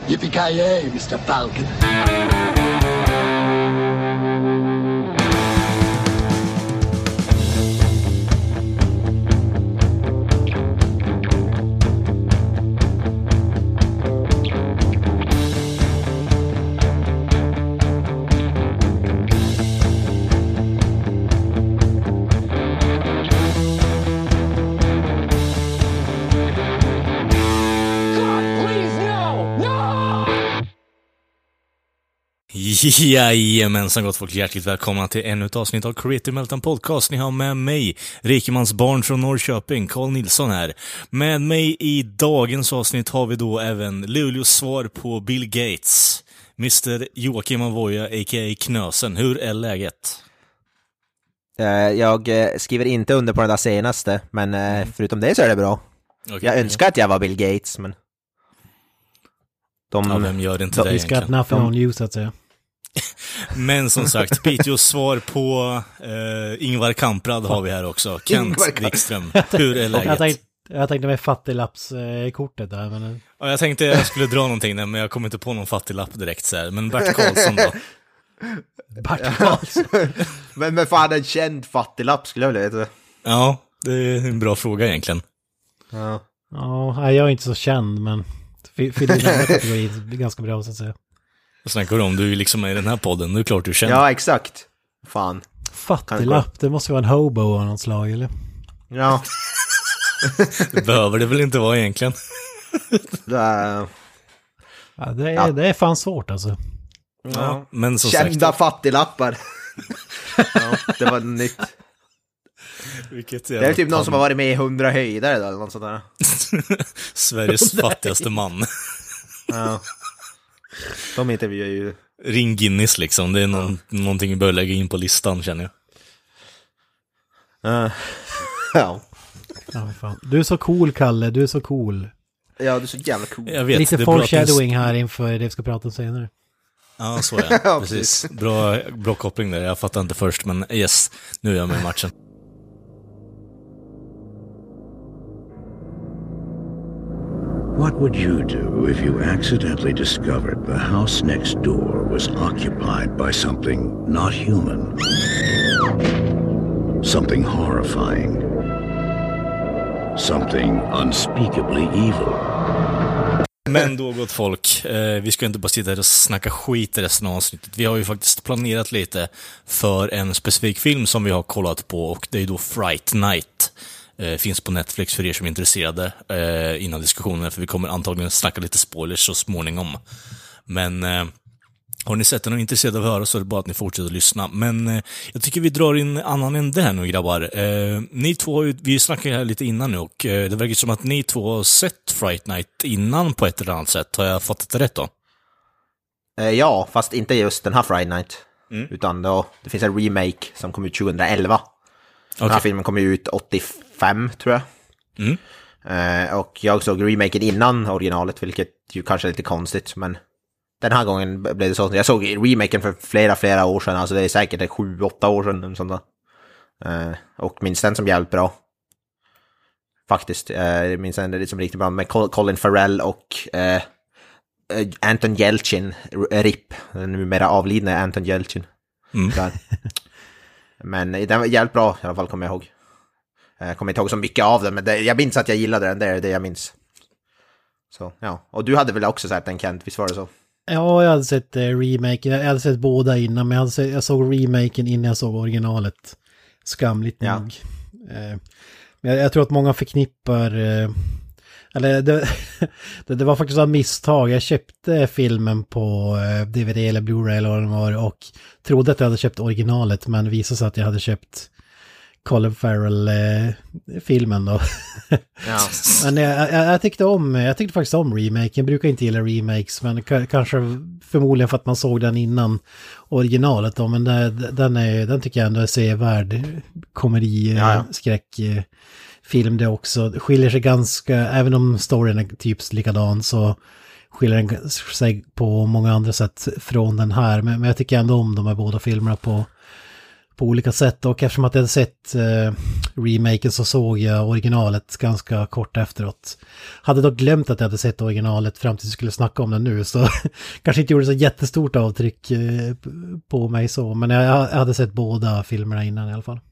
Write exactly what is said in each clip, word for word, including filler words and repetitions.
Yippee-ki-yay, mister Falcon. Jajamensan gott folk, hjärtligt välkomna till ännu ett avsnitt av Creative Meltdown Podcast. Ni har med mig, Rikemans barn från Norrköping, Carl Nilsson här. Med mig i dagens avsnitt har vi då även Luleås svar på Bill Gates, mister Joakim Avoya, a k a. Knösen. Hur är läget? Jag skriver inte under på den där senaste, men mm. förutom det så är det bra. Okay. Jag önskar att jag var Bill Gates, men... De, ja, vem gör det inte de, det egentligen? Vi ska nothing on you, så att säga. Men som sagt, Piteås svar på eh, Ingvar Kamprad har vi här också. Kent Wikström, hur är läget? Jag tänkte, jag tänkte med fattiglappskortet där. Men... Ja, jag tänkte jag skulle dra någonting där, men jag kom inte på någon fattiglapp direkt så här. Men Bert Karlsson då? Bert Karlsson? men men fan, en känd fattiglapp skulle jag vilja veta. Ja, det är en bra fråga egentligen. Ja, ja jag är inte så känd, men fyller den kategorin ganska bra, så att säga. Jag snackar om, du är ju liksom i den här podden, nu är klart du känner. Ja, exakt. Fan. Fattiglapp, det måste vara en hobo av något slag, eller? Ja. Det behöver det väl inte vara egentligen. Det är... Ja, det är, ja. Det är fan svårt alltså. Ja, ja. Men som kända sagt... fattiglappar. Ja, det var nytt. Vilket det är typ någon som har varit med i hundra höjder eller något sånt där. Sveriges fattigaste man. Ja. De intervjuar ju... Ring Guinness liksom, det är någon, ja. någonting vi bör lägga in på listan, känner jag. Uh, ja. Ja, fan. Du är så cool, Kalle, du är så cool. Ja, du är så jävla cool. Jag vet, lite foreshadowing här inför det vi ska prata om senare. Ja, så är jag. Precis. Bra, bra koppling där, jag fattar inte först, men yes, nu är jag med i matchen. What would you do if you accidentally discovered the house next door was occupied by something not human? Something horrifying. Something unspeakably evil. Men då, gott folk, eh, vi ska inte bara sitta här och snacka skit i resten av avsnittet. Vi har ju faktiskt planerat lite för en specifik film som vi har kollat på, och det är då Fright Night. Eh, finns på Netflix för er som är intresserade eh, innan diskussionen, för vi kommer antagligen snacka lite spoilers så småningom. Men eh, har ni sett den och är intresserade av att höra så är det bara att ni fortsätter att lyssna. Men eh, jag tycker vi drar in annan ände här nu, grabbar. Eh, ni två har ju, vi snackade här lite innan nu, och eh, det verkar som att ni två har sett Fright Night innan på ett eller annat sätt. Har jag fattat det rätt då? Eh, ja, fast inte just den här Fright Night. Mm. Utan då, det finns en remake som kom ut tjugoelva. Den här okay. filmen kom ut åttiofem, tror jag. Mm. Eh, och jag såg remaken innan originalet, vilket ju kanske är lite konstigt, men den här gången blev det så. Jag såg remaken för flera, flera år sedan, alltså det är säkert sju, åtta år sedan. Sånt där. Eh, och minns den som jävligt bra. Faktiskt, eh, minns den lite som riktigt bra med Colin Farrell och eh, Anton Yelchin, R I P, den numera avlidne Anton Yelchin. Mm. Men den var jävligt bra i alla fall, kommer jag ihåg. Jag kommer inte ihåg så mycket av den, men det, jag minns att jag gillade den, det är det jag minns. Så, ja. Och du hade väl också sett den, Kent, visst var det så? Ja, jag hade sett eh, remaken, jag hade sett båda innan, men jag, hade sett, jag såg remaken innan jag såg originalet. Skamligt ja. nog. Eh, men jag, jag tror att många förknippar... Eh, eller det, det, det var faktiskt ett misstag. Jag köpte filmen på eh, D V D eller Blu-ray eller vad det var, och trodde att jag hade köpt originalet, men visade sig att jag hade köpt Colin Farrell-filmen eh, då. Ja. Men jag, jag, jag tyckte om, jag tyckte faktiskt om remaken. Jag brukar inte gilla remakes, men k- kanske förmodligen för att man såg den innan originalet då, men det, den, är, den tycker jag ändå är sevärd komedi, ja, ja. skräck film det också. Skiljer sig ganska, även om storyn är typ likadan, så skiljer den sig på många andra sätt från den här. Men, men jag tycker ändå om de här båda filmerna på på olika sätt, och eftersom att jag hade sett eh, remaken så såg jag originalet ganska kort efteråt. Hade dock glömt att jag hade sett originalet fram tills jag skulle snacka om det nu, så kanske inte gjorde så jättestort avtryck eh, på mig så, men jag, jag hade sett båda filmerna innan i alla fall.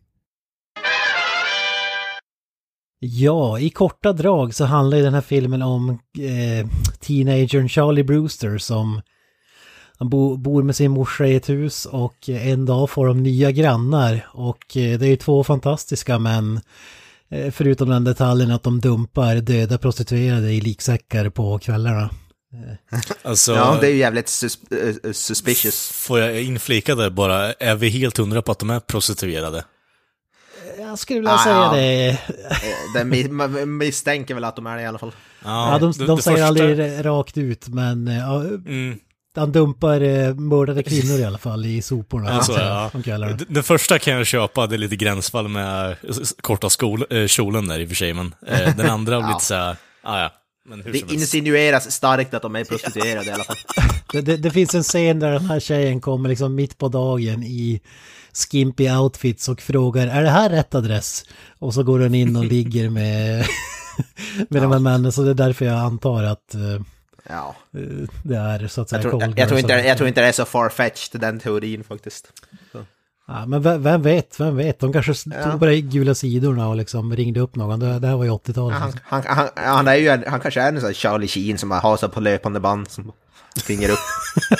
Ja, i korta drag så handlar ju den här filmen om eh, teenagern Charlie Brewster som han bo, bor med sin morsa i ett hus och en dag får de nya grannar och eh, det är ju två fantastiska män eh, förutom den detaljen att de dumpar döda prostituerade i liksäckar på kvällarna. Alltså, ja, det är ju jävligt sus uh, suspicious. Får jag inflika där bara, är vi helt hundra på att de är prostituerade? Jag skulle vilja ah, säga ja. det. det. Man misstänker väl att de är det i alla fall. Ja, ja, de, det, de det säger första... aldrig rakt ut, men ja, mm. han dumpar eh, mördade kvinnor i alla fall i soporna. Alltså, ja. Den, den första kan jag köpa, det är lite gränsfall med korta skol, äh, kjolen där i och för sig, men äh, den andra har blivit så här, ah, ja. Men hur det insinueras starkt att de är prostituerade i alla fall. Det, det, det finns en scen där den här tjejen kommer liksom mitt på dagen i skimpy outfits och frågar, är det här rätt adress? Och så går hon in och ligger med, med ja. de här männen, så det är därför jag antar att uh, ja. uh, det är så att säga. Jag tror, jag, jag, tror inte, jag tror inte det är så far-fetched den teorin faktiskt. Så. Ja, men vem, vem vet, vem vet, de kanske ja. tog på de gula sidorna och liksom ringde upp någon, det, det här var ju åttiotalet. Ja, han, han, han, han, är ju, han kanske är en sån här Charlie Sheen som har sig på löpande band som finger upp.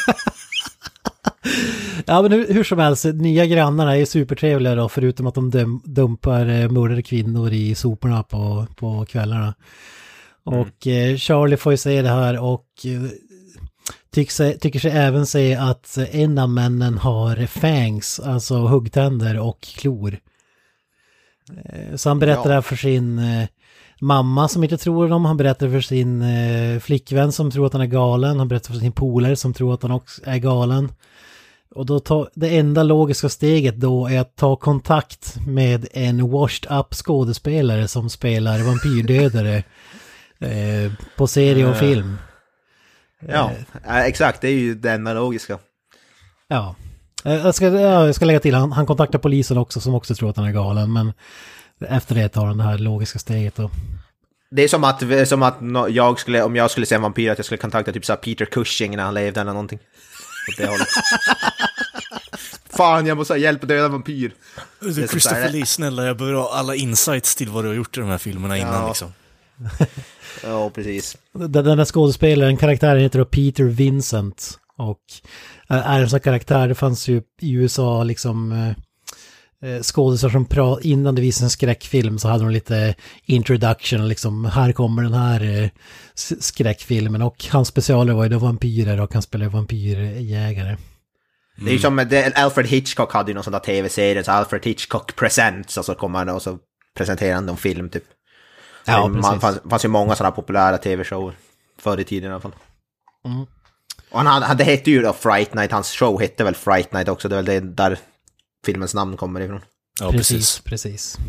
Ja, men hur, hur som helst, nya grannarna är supertrevliga då, förutom att de dum, dumpar eh, mördade kvinnor i soporna på, på kvällarna. Mm. Och eh, Charlie får ju se det här och eh, tycker, sig, tycker sig även se att en av männen har fangs, alltså huggtänder och klor. Eh, så han berättar ja. det här för sin eh, mamma som inte tror honom, han berättar för sin eh, flickvän som tror att han är galen, han berättar för sin polare som tror att han också är galen. Och då tar det enda logiska steget då är att ta kontakt med en washed up skådespelare som spelar vampyrdödare eh, på serie och film. Ja, eh, exakt, det är ju det enda logiska. Ja, jag ska, jag ska lägga till, han, han kontaktar polisen också som också tror att han är galen, men efter det tar han det här logiska steget då. Det är som att, som att jag skulle, om jag skulle se en vampyr, att jag skulle kontakta typ så här Peter Cushing när han levde eller någonting. Det hållet. Fan, jag måste ha hjälp att döda vampyr. Du, Christopher Lee, snälla, jag behöver ha alla insights till vad du har gjort i de här filmerna innan ja. liksom. Ja, precis. Den här skådespelaren, karaktären heter då Peter Vincent och är en sån karaktär, det fanns ju i U S A liksom eh, skådespelare som pra- innan det visade en skräckfilm så hade de lite introduction, liksom här kommer den här eh, skräckfilmen och hans specialer var ju då vampyrer och han spelade vampyrjägare. Mm. Det är ju som det, Alfred Hitchcock hade ju någon sån där tv-serie, så Alfred Hitchcock Presents, och så kommer han och så presenterar han en film typ. Ja, det man, fanns, fanns ju många sådana populära tv-shower förr i tiden i alla fall. Mm. Och han hade, det hette ju då Fright Night, hans show hette väl Fright Night också, det är väl det där filmens namn kommer ifrån. Ja, precis, precis. precis.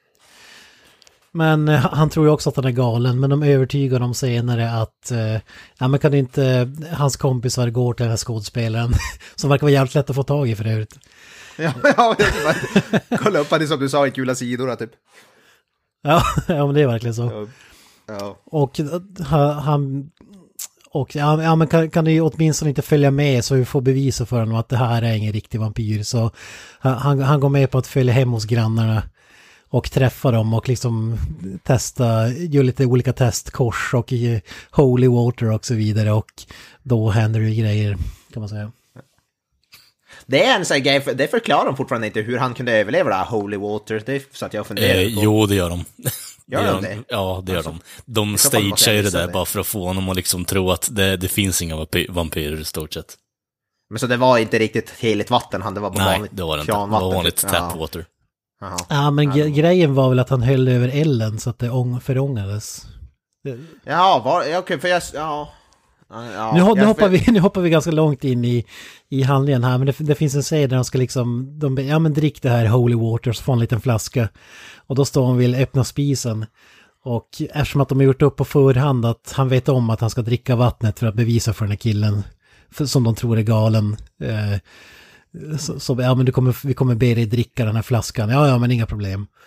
Men han tror ju också att han är galen, men de övertygar dem senare att eh, ja, men kan inte hans kompisar gå till den här skådespelaren som verkar vara jävligt lätt att få tag i för övrigt. Ja, ja, kolla upp det som du sa i gula sidorna typ. Ja, ja, men det är verkligen så. Ja. Ja. Och han och ja, ja men kan, kan du åtminstone inte följa med så vi får bevisa för honom att det här är ingen riktig vampyr, så han, han går med på att följa hem hos grannarna och träffa dem och liksom testa, göra lite olika testkors och i holy water och så vidare, och då händer det grejer kan man säga. Det är en sån grej, det förklarar de fortfarande inte hur han kunde överleva det här holy water, det är så att jag funderar eh, på. Jo, det gör de. Gör det de gör det? de. Ja, det gör alltså, de. De stagear ju det där bara för att få honom att liksom tro att det, det finns inga vampyrer i stort sett. Men så det var inte riktigt heligt vatten, han det var bara Nej, vanligt det var det inte. Det var vanligt typ. Tapwater. Ja. ja, men ge- grejen var väl att han höll över elden så att det ång- förångades. Det... Ja, var, okej, okay, för jag... Ja. Ja, nu, nu, jag, hoppar vi, nu hoppar vi ganska långt in i, i handlingen här, men det, det finns en serie där de ska liksom, de, ja men drick det här holy water, så får en liten flaska och då står han och vill öppna spisen, och eftersom att de har gjort upp på förhand att han vet om att han ska dricka vattnet för att bevisa för den här killen för, som de tror är galen, eh, så, så ja men du kommer, vi kommer be dig dricka den här flaskan, ja ja men inga problem.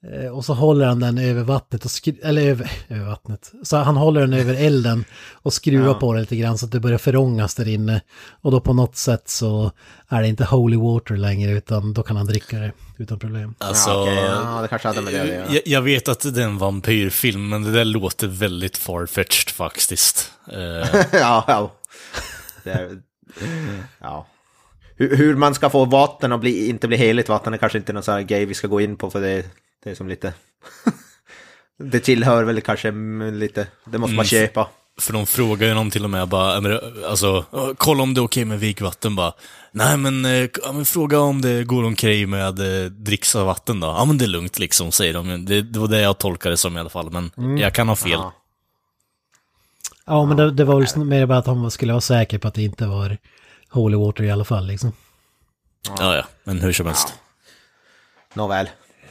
Eh, och så håller han den över vattnet, och skru- eller över, över vattnet. Så han håller den över elden och skruvar Ja. på det lite grann så att det börjar förångas där inne. Och då på något sätt så är det inte holy water längre, utan då kan han dricka det utan problem. Alltså, Ja, okej, ja, det kanske hade med det att göra. jag, jag vet att det är en vampyrfilm, men det där låter väldigt farfetched faktiskt. Eh, ja, ja. Det är, ja. Hur, hur man ska få vatten att bli, inte bli heligt vatten är kanske inte någon sån här grej vi ska gå in på, för det, det är som lite... det tillhör väl kanske lite... Det måste man Mm. köpa. För de frågar ju någon till och med bara, men, alltså, kolla om det är okej med vikvatten bara. Nej men, eh, ja, men fråga om det går omkring med eh, dricksva vatten då. Ja men det är lugnt liksom, säger de. Det, det var det jag tolkade det som i alla fall, men Mm. jag kan ha fel. Ja. Ja, men det, det var väl mer bara att han skulle vara säker på att det inte var holy water i alla fall liksom. Ja, ja, men hur som helst. Nåväl.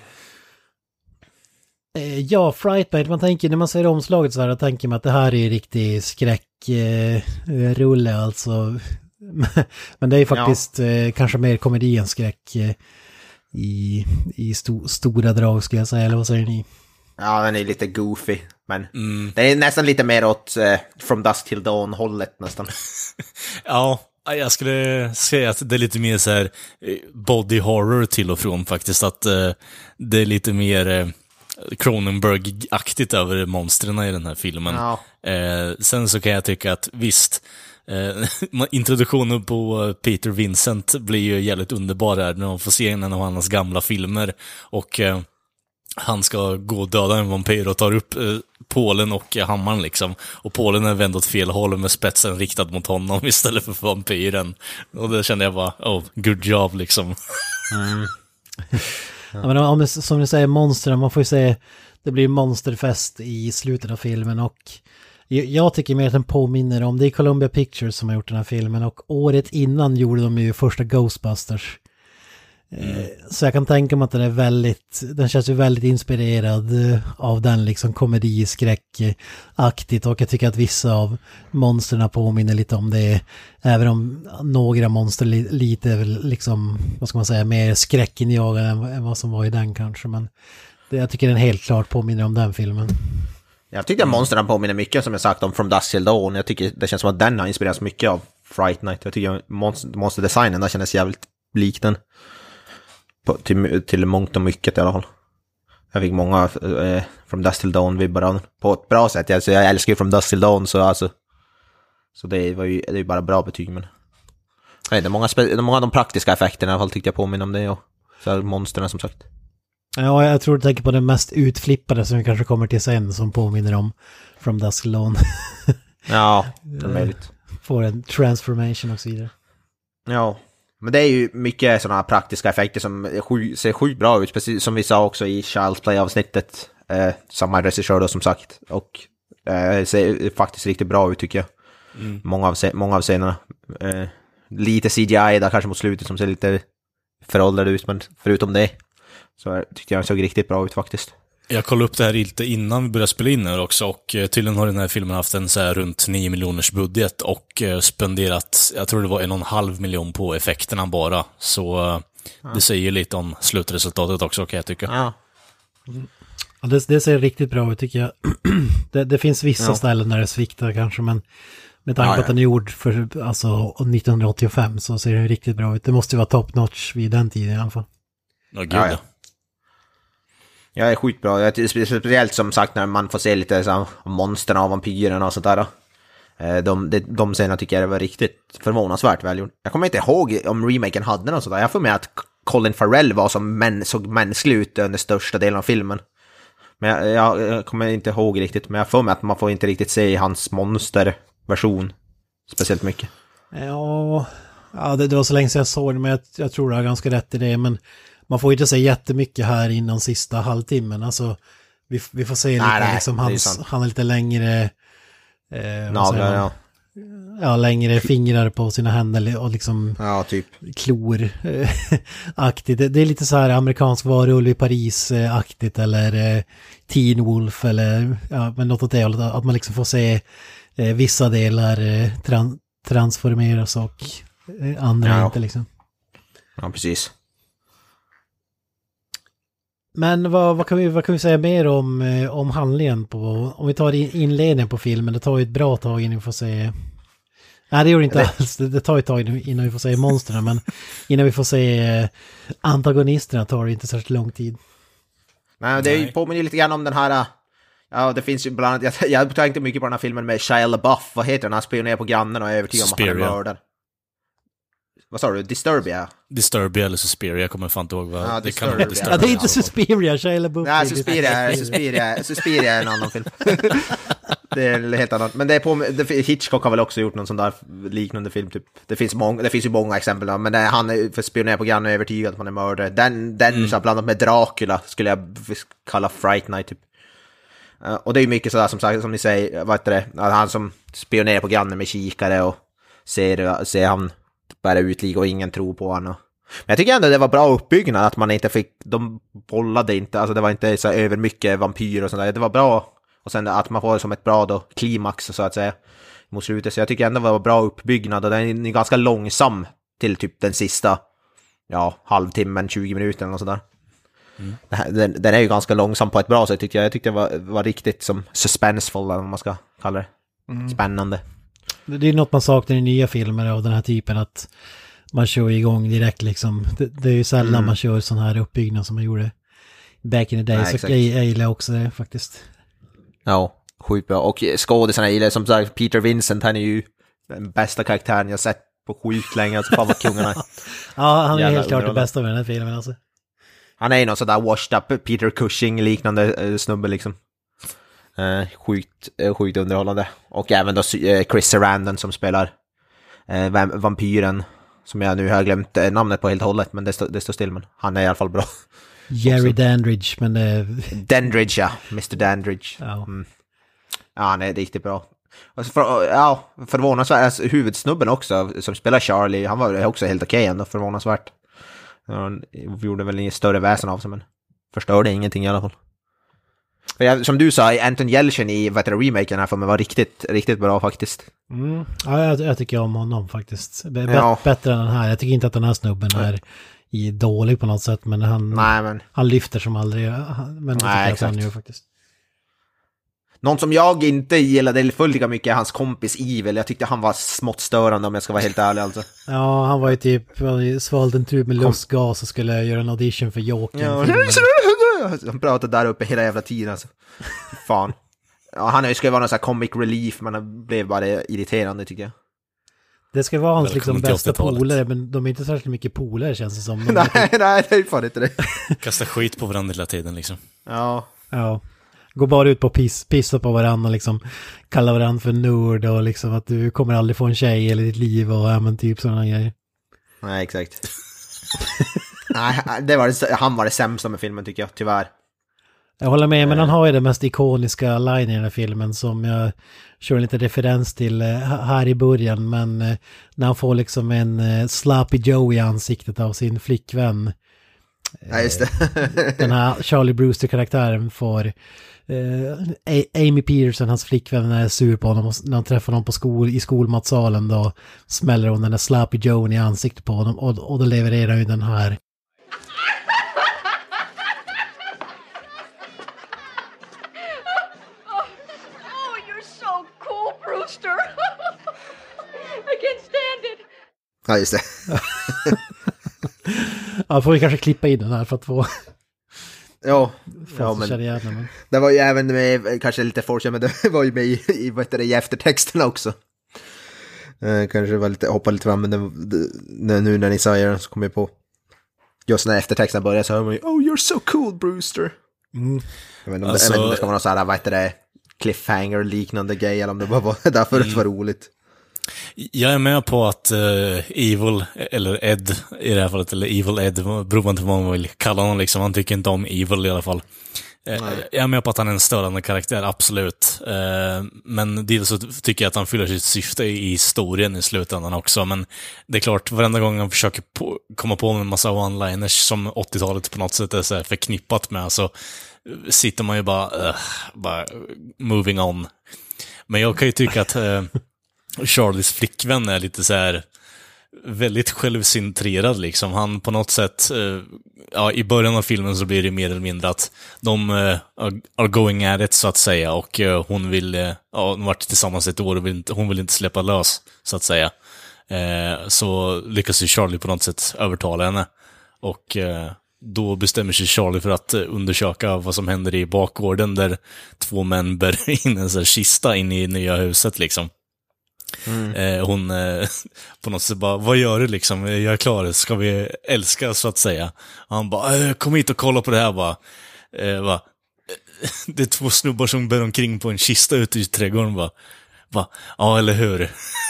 Eh, Ja, Fright Night, man tänker, när man ser omslaget så här, då tänker man att det här är riktig skräckrulle eh, rulle, alltså. Men det är ju faktiskt eh, kanske mer komedi än skräck eh, i, i sto, stora drag, skulle jag säga, eller vad säger ni? Ja, den är lite goofy, men Mm. det är nästan lite mer åt eh, From Dusk Till Dawn-hållet nästan. Ja, jag skulle säga att det är lite mer så här eh, body horror till och från faktiskt. Att eh, det är lite mer eh, Cronenberg-aktigt över monstren i den här filmen. Ja. Eh, sen så kan jag tycka att visst, eh, introduktionen på Peter Vincent blir ju jävligt underbar där när man får se en av hans gamla filmer. Och eh, han ska gå och döda en vampyr och tar upp eh, pålen och eh, hammaren liksom. Och pålen är vänd åt fel håll med spetsen riktad mot honom istället för vampyren. Och det kände jag bara, oh, good job liksom. Ja, men om det, som ni säger, monster, man får ju säga, det blir monsterfest i slutet av filmen, och jag, jag tycker mer att den påminner om, det är Columbia Pictures som har gjort den här filmen, och året innan gjorde de ju första Ghostbusters. Mm. Så jag kan tänka mig att den är väldigt, den känns ju väldigt inspirerad av den liksom komediskräckaktigt, och jag tycker att vissa av monsterna påminner lite om det, även om några monster li, lite är väl liksom, vad ska man säga, mer skräckinjagande än, än vad som var i den kanske, men det, jag tycker den helt klart påminner om den filmen. Jag tycker att monstren påminner mycket, som jag sagt, om From Dusk Till Dawn. Jag tycker det känns som att den har inspirerats mycket av Fright Night. Jag tycker monster, monsterdesignen där känns jävligt lik den. På, till, till mångt och mycket i alla fall. Jag fick många eh, From Dusk Till Dawn-vibbar av den. På ett bra sätt. Alltså, jag älskar ju From Dusk Till Dawn, så alltså... Så det var ju, det är ju bara bra betyg, men... Nej, det är många, spe, många av de praktiska effekterna i alla fall tyckte jag påminner om det, och så här monsterna som sagt. Ja, jag tror du tänker på den mest utflippade som vi kanske kommer till sen, som påminner om From Dusk Till Dawn. Ja, det är möjligt. Får en transformation och så vidare. Ja, men det är ju mycket sådana praktiska effekter som är sju, ser sjukt bra ut, precis som vi sa också i Child's Play-avsnittet. Eh, samma regissör då, som sagt. Och eh, ser faktiskt riktigt bra ut, tycker jag. Mm. Många, av, många av scenerna. Eh, lite C G I där kanske mot slutet som ser lite föråldrad ut, men förutom det så tyckte jag den såg riktigt bra ut faktiskt. Jag kollade upp det här lite innan vi började spela in här också, och tydligen har den här filmen haft en så här runt nio miljoners budget och spenderat, jag tror det var en och en halv miljon på effekterna bara. Så ja. Det säger lite om slutresultatet också, kan jag tycka. Ja. Ja, det, det ser riktigt bra ut, tycker jag. det, det finns vissa ja. ställen där det sviktar kanske, men med tanke på ja, ja. att den är gjord för alltså, nittonhundraåttiofem så ser den riktigt bra ut. Det måste ju vara top notch vid den tiden i alla fall. Ja, gud ja, ja. Jag är skitbra. Speciellt som sagt när man får se lite så, monsterna och vampyrerna och sånt där. De, de, de scenerna tycker jag var riktigt förvånansvärt välgjort. Jag kommer inte ihåg om remaken hade något sådär. Jag får med att Colin Farrell var som män, såg mänsklig ut under största delen av filmen. Men jag, jag, jag kommer inte ihåg riktigt. Men jag får med att man får inte riktigt se hans monsterversion speciellt mycket. Ja, ja det, det var så länge sedan jag såg det, men jag, jag tror du har ganska rätt i det. Men man får inte se jättemycket här innan sista halvtimmen. Alltså, vi, vi får se lite, nej, nej, liksom, hans, han är lite längre... Eh, Naglar, ja. Ja, längre fingrar på sina händer och liksom... Ja, typ. Klor aktigt. Det, det är lite så här amerikansk varulv i Paris-aktigt, eller eh, Teen Wolf, eller ja, men något åt det hållet. Att man liksom får se eh, vissa delar eh, tran- transformeras och eh, andra ja. inte liksom. Ja, precis. Men vad, vad, kan vi, vad kan vi säga mer om, om handlingen på, om vi tar inledningen på filmen, det tar ju ett bra tag innan vi får se, nej det gör det inte det... alls, det, det tar ju ett tag innan vi får se monstren, men innan vi får se antagonisterna tar det inte särskilt lång tid. Nej, det nej. påminner lite grann om den här, ja det finns ju bland annat, jag, jag tänkte mycket på den här filmen med Shia LaBeouf, vad heter den, han spionerar på grannen och är övertygad om att han är mördad. Vad sa du? Disturbia? Disturbia eller Suspiria, jag kommer fan inte ihåg vad ja, det kan vara. Ja, det är inte Suspiria, Shia LaBeouf. Nej, Suspiria, Suspiria, Suspiria är en annan film. Det är helt annat. Men det är på, det, Hitchcock har väl också gjort någon sån där liknande film typ. Det finns många, det finns ju många exempel då, men det, han är för spioner på grannen och övertygad att man är mördare. Den, den mm. så blandat med Dracula skulle jag kalla Fright Night typ. Uh, och det är ju mycket sådär som sagt, som ni säger, vad heter det? Han som spionerar på grannen med kikare och ser, ser han bara utliga och ingen tror på honom. Men jag tycker ändå det var bra uppbyggnad, att man inte fick, de bollade inte, alltså det var inte så över mycket vampyr och sånt där, det var bra. Och sen att man får som ett bra då klimax så att säga mot slutet, så jag tycker ändå det var bra uppbyggnad och den är ganska långsam till typ den sista, ja, halvtimmen, tjugo minuter eller sådär. Mm. Den, den är ju ganska långsam på ett bra sätt tycker jag, jag tyckte det var, var riktigt som suspenseful eller vad man ska kalla det, mm. spännande. Det är något man saknar i nya filmer av den här typen, att man kör igång direkt liksom. Det, det är ju sällan mm. man kör sån här uppbyggnad som man gjorde back in the day. Nej, så jag, jag gillar också det faktiskt. Ja, sjukt bra. Och skådisarna gillar, som sagt, Peter Vincent, han är ju den bästa karaktären jag sett på sjukt länge. Alltså fan vad kungen är. Ja, han är Jävla helt klart det bästa med den här filmen alltså. Han är ju någon sådär washed up Peter Cushing liknande uh, snubbe liksom. Uh, sjukt, uh, sjukt underhållande. Och även då uh, Chris Sarandon som spelar uh, vampyren, som jag nu har glömt uh, namnet på helt och hållet, men det, stå, det står still, men han är i alla fall bra. Jerry Dandridge, men det... Dandridge, ja. mister Dandridge. Ja, mm. Ja, han är riktigt bra. Alltså för, ja, förvånansvärt. Alltså, huvudsnubben också, som spelar Charlie, han var också helt okej okay ändå, förvånansvärt. Han gjorde väl inget större väsen av sig, men förstörde ingenting i alla fall. Jag, som du sa, Anton Yelchin i vad heter det, remaken här för mig var riktigt, riktigt bra faktiskt. Mm. Ja, jag, jag tycker om honom faktiskt. B- ja. Bättre än den här. Jag tycker inte att den här snubben ja. är i dålig på något sätt, men han, Nej, men... han lyfter som aldrig. Men det Nej, tycker jag att han gör faktiskt. Någon som jag inte gillade fullt lika mycket är hans kompis Evil. Jag tyckte han var smått störande om jag ska vara helt ärlig alltså. Ja, han var ju typ svalt en tub med lustgas och skulle göra en audition för Joker. Ja. Han pratade där uppe hela jävla tiden alltså. Fan. Ja, han skulle vara någon sån här comic relief, men han blev bara irriterande tycker jag. Det ska vara hans liksom bästa polare, men de är inte särskilt mycket polare känns det som. De nej, typ... nej, det är fan inte det. Kasta skit på varandra hela tiden liksom. Ja. Ja. Gå bara ut på piss, pissa på varandra och liksom kalla varandra för nörd och liksom att du kommer aldrig få en tjej i ditt liv och ja, men typ sådana grejer. Nej, exakt. Nej, det var det, han var det sämsta med filmen tycker jag, tyvärr. Jag håller med, men han har ju den mest ikoniska line i den här filmen som jag kör lite referens till här i början, men när han får liksom en sloppy Joe i ansiktet av sin flickvän. Ja, just det. Den här Charlie Brewster-karaktären får eh, Amy Peterson, hans flickvän, är sur på honom och när han träffar honom på skol, i skolmatsalen då smäller hon den där sloppy Joe i ansiktet på honom och, och då levererar ju den här. Ja, just det. Ja, får vi kanske klippa in den här för att få... Ja, ja men men det var ju även med, kanske lite forskning, men det var ju med i, i, vad heter det, i eftertexterna också. Eh, kanske var lite, hoppa lite fram, men det, det, nu när ni säger det så kommer jag på. Just när eftertexterna börjar så hör man ju, oh you're so cool Brewster. Mm. Jag vet inte om alltså... det, det ska vara någon sån här, vad heter det, cliffhanger liknande grej, eller om det bara var därför mm. det var roligt. Jag är med på att uh, Evil, eller Ed i det här fallet, eller Evil Ed, beroende på vad man vill kalla honom liksom, han tycker inte om Evil i alla fall. Uh, jag är med på att han är en störande karaktär, absolut. Uh, men dels så tycker jag att han fyller sitt syfte i historien i slutändan också, men det är klart, varenda gång han försöker på, komma på en massa one-liners som åttiotalet på något sätt är så här förknippat med, så sitter man ju bara, uh, bara moving on. Men jag kan ju tycka att uh, Charlies flickvän är lite så här väldigt självcentrerad liksom. Han på något sätt, eh, ja, i början av filmen så blir det mer eller mindre att de eh, are going at it så att säga, och eh, hon vill, eh, ja, hon har varit tillsammans ett år och vill inte, hon vill inte släppa lös så att säga. Eh, så lyckas ju Charlie på något sätt övertala henne, och eh, då bestämmer sig Charlie för att undersöka vad som händer i bakgården där två män bär in en sån här kista in i nya huset liksom. Mm. Eh, hon eh, på något sätt bara, vad gör du liksom? Jag är klar, ska vi älska så att säga? Och han bara, äh, kom hit och kolla på det här bara. Eh, bara. Det är två snubbar som bär omkring på en kista ute i trädgården bara. Va? Ja, eller hur?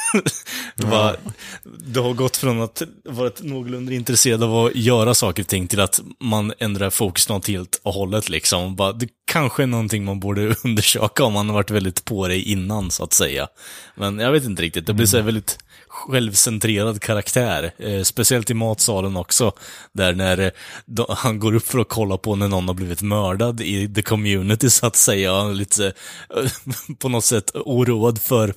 Va? Det har gått från att vara någorlunda intresserad av att göra saker och ting till att man ändrar fokus något helt och hållet liksom. Va? Det kanske är någonting man borde undersöka om man har varit väldigt på det innan så att säga. Men jag vet inte riktigt, det blir så här väldigt självcentrerad karaktär, eh, speciellt i matsalen också, där när eh, då, han går upp för att kolla på när någon har blivit mördad i the community så att säga, lite eh, på något sätt oroad för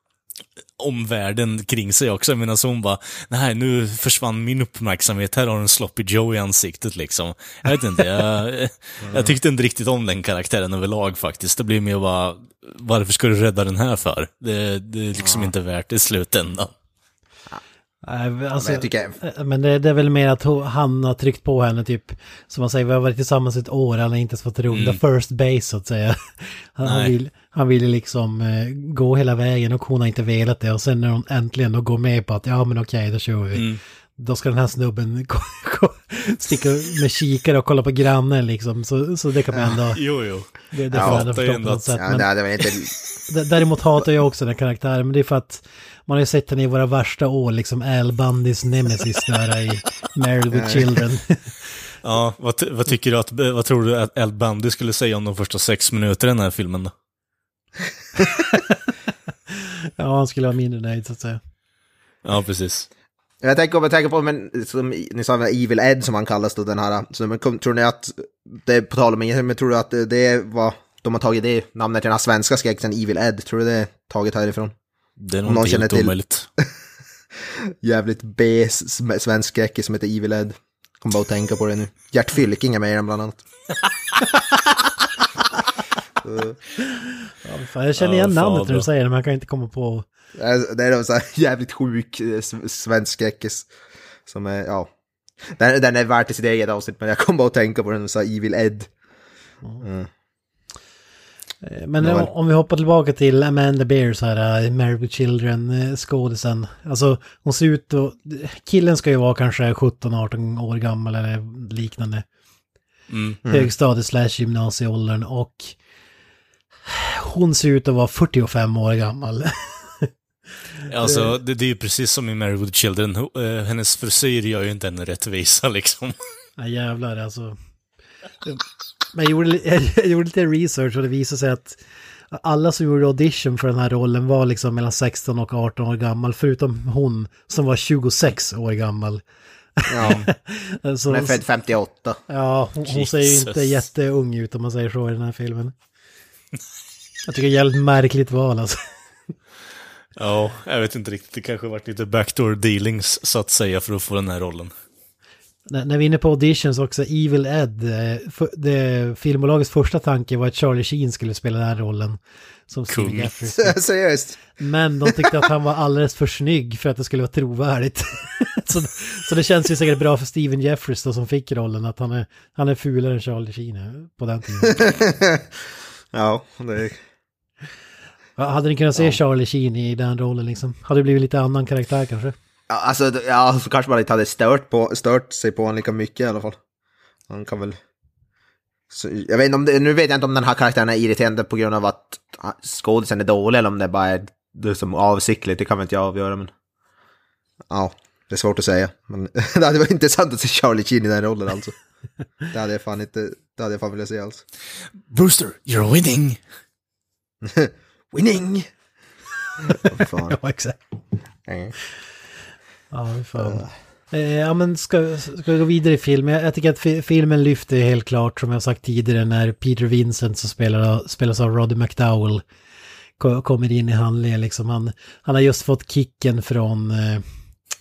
omvärlden kring sig också, medan hon bara, nej, nu försvann min uppmärksamhet, här har en sloppy Joe i ansiktet liksom. Jag vet inte, jag, jag tyckte inte riktigt om den karaktären överlag faktiskt. Det blir mer bara, varför ska du rädda den här för? Det, det är liksom ja. inte värt det i slutändan. Alltså, men, jag tycker... men det, det är väl mer att han har tryckt på henne typ, som man säger, vi har varit tillsammans ett år, han har inte ens fått runda mm. first base så att säga. Han, han, vill, han ville liksom eh, gå hela vägen och hon har inte velat det, och sen när hon äntligen då går med på att ja men okej, då kör vi. Mm. Då ska den här snubben gå, gå, sticka med kikare och kolla på grannen liksom, så, så det kan man ändå... Jo, jo. Det, det får jag förstå på något sätt. Ja, men, nej, det var inte... Däremot hatar jag också den karaktären, men det är för att man har ju sett den i våra värsta år, liksom Al Bundys nemesis där i Married with Children. Ja, vad, vad tycker du att, vad tror du att Al Bundy skulle säga om de första sex minuter i den här filmen då? Ja, han skulle vara mindre nöjd så att säga. Ja, precis. Jag tänker om jag tänker på, men som ni sa, Evil Ed som han kallas då, den här, så men kom, tror ni att det är på tal om inget, men tror du att det, det var, de har tagit det namnet till den här svenska skräcksen Evil Ed, tror du det är taget härifrån? Det är nog någon helt omöjligt. Jävligt B svensk skräck som heter Evil Ed. Kom bara att tänka på det nu. Gert Fylking är med i den bland annat. Ja, fan, jag känner igen ja, namnet när du säger det, men jag kan inte komma på. Det är en så här jävligt sjuk svensk skräckis som är, ja. Den, den är värd i sitt eget avsnitt, men jag kom bara att tänka på den, så här Evil Ed. Mm. Men ja, om vi hoppar tillbaka till Amanda Bear så här, Married with Children skådisen. Alltså hon ser ut och killen ska ju vara kanske sjutton arton år gammal eller liknande. Mm. Högstadie slash gymnasieåldern, och hon ser ut att vara fyrtiofem år gammal. Alltså det, det är ju precis som i Married with Children. Hennes frisyr gör ju inte en rättvisa liksom. Ja jävlar alltså. Men jag gjorde, jag gjorde lite research och det visade sig att alla som gjorde audition för den här rollen var liksom mellan sexton och arton år gammal, förutom hon som var tjugosex år gammal. Ja, så, hon är född femtioåtta. Ja, hon, hon ser ju inte jätteung ut om man säger så i den här filmen. Jag tycker det är jävligt märkligt val alltså. Ja, jag vet inte riktigt. Det kanske har varit lite backdoor dealings så att säga för att få den här rollen. När, när vi är inne på auditions också, Evil Ed, för, det, filmbolagets första tanke var att Charlie Sheen skulle spela den här rollen som Steve Jeffries. Seriöst? Men de tyckte att han var alldeles för snygg för att det skulle vara trovärdigt. så, så det känns ju säkert bra för Steven Jeffries då, som fick rollen, att han är, han är fulare än Charlie Sheen på den tiden. Ja, det är... Hade ni kunnat se ja. Charlie Sheen i den rollen liksom? Hade det blivit lite annan karaktär kanske? Ja, alltså, ja, så kanske man inte hade stört, på, stört sig på honom lika mycket i alla fall. Han kan väl... Så, jag vet inte om det, nu vet jag inte om den här karaktären är irriterande på grund av att skådisen är dålig, eller om det bara är det som avsiktligt, det kan väl inte jag avgöra, men... Ja, det är svårt att säga. Men det hade varit intressant att se Charlie Sheen i den rollen alltså. Det hade jag fan inte, det hade jag fan velat se alls. Brewster, you're winning! Winning! Oh, fan. Ja, exakt. Mm. Ja, fan. Uh. Ja, men ska, ska vi gå vidare i filmen? Jag, jag tycker att fi- filmen lyfter helt klart, som jag sagt tidigare, när Peter Vincent, som spelar, spelas av Roddy McDowell, ko- kommer in i handlingen. Liksom. Han, han har just fått kicken från... Eh,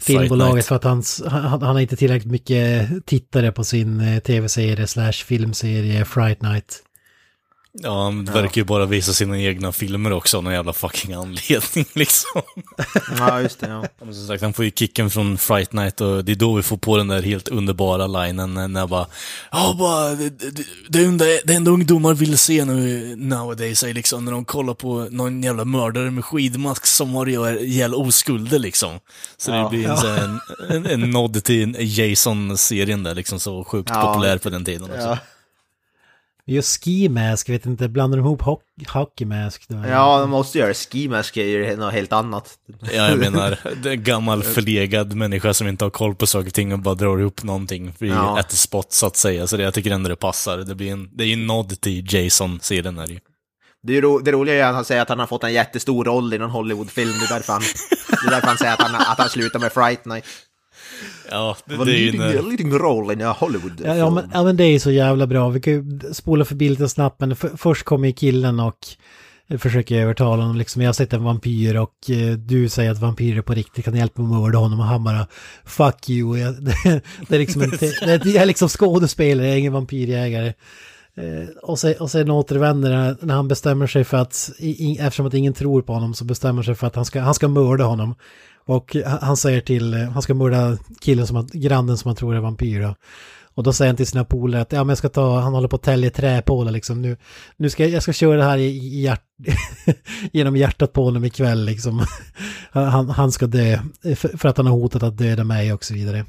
filmbolaget för att hans, han, han har inte tillräckligt mycket tittare på sin tv-serie slash filmserie Fright Night. Ja, han verkar ju bara visa sina egna filmer också av någon jävla fucking anledning liksom. Ja, just det, ja. Men som sagt, han får ju kicken från Fright Night och det är då vi får på den där helt underbara linen när jag bara, ja bara, det, det, det, enda, det enda ungdomar vill se nu nowadays är liksom när de kollar på någon jävla mördare med skidmask som har ihjäl oskulder liksom. Så ja, det blir en, ja. en, en, en nod till Jason-serien där liksom, så sjukt ja. populär på den tiden också. Ja. Just Ski Mask, vet inte, blandar de ihop ho- Hockey Mask då? Ja, de måste göra Ski Mask är ju något helt annat. Ja, jag menar, det är en gammal förlegad människa som inte har koll på saker och ting och bara drar ihop någonting i ja. ett spot så att säga. Så det, jag tycker ändå det passar. Det, blir en, det är ju en nod till Jason-serien här ju. Det, är ro, det roliga är att han säger att han har fått en jättestor roll i någon Hollywood-film. Det är därför han, det är därför han säger att han, att han slutar med Fright Night. Ja, det, det, det är ju leading, en... leading role in a Hollywood. Ja, ja, men, ja, men det är ju så jävla bra. Vi kan ju spola förbi lite snabbt, men för, först kommer ju killen och försöker övertala honom. Liksom, jag har sett en vampyr och eh, du säger att vampyrer på riktigt kan hjälpa mig att mörda honom och han bara, fuck you. Jag, det, det är liksom en, det, jag är liksom skådespelare, jag är ingen vampyrjägare. Eh, och, sen, och sen återvänder när, när han bestämmer sig för att, i, eftersom att ingen tror på honom så bestämmer sig för att han ska, han ska mörda honom. Och han säger till, han ska mörda killen som han, grannen som han tror är vampyr då. Och då säger han till sina polare att ja, men jag ska ta, han håller på att tälja träpålar liksom. Nu, nu ska jag ska köra det här i, i hjärt, genom hjärtat på honom ikväll liksom. Han, han ska dö för, för att han har hotat att döda mig och så vidare.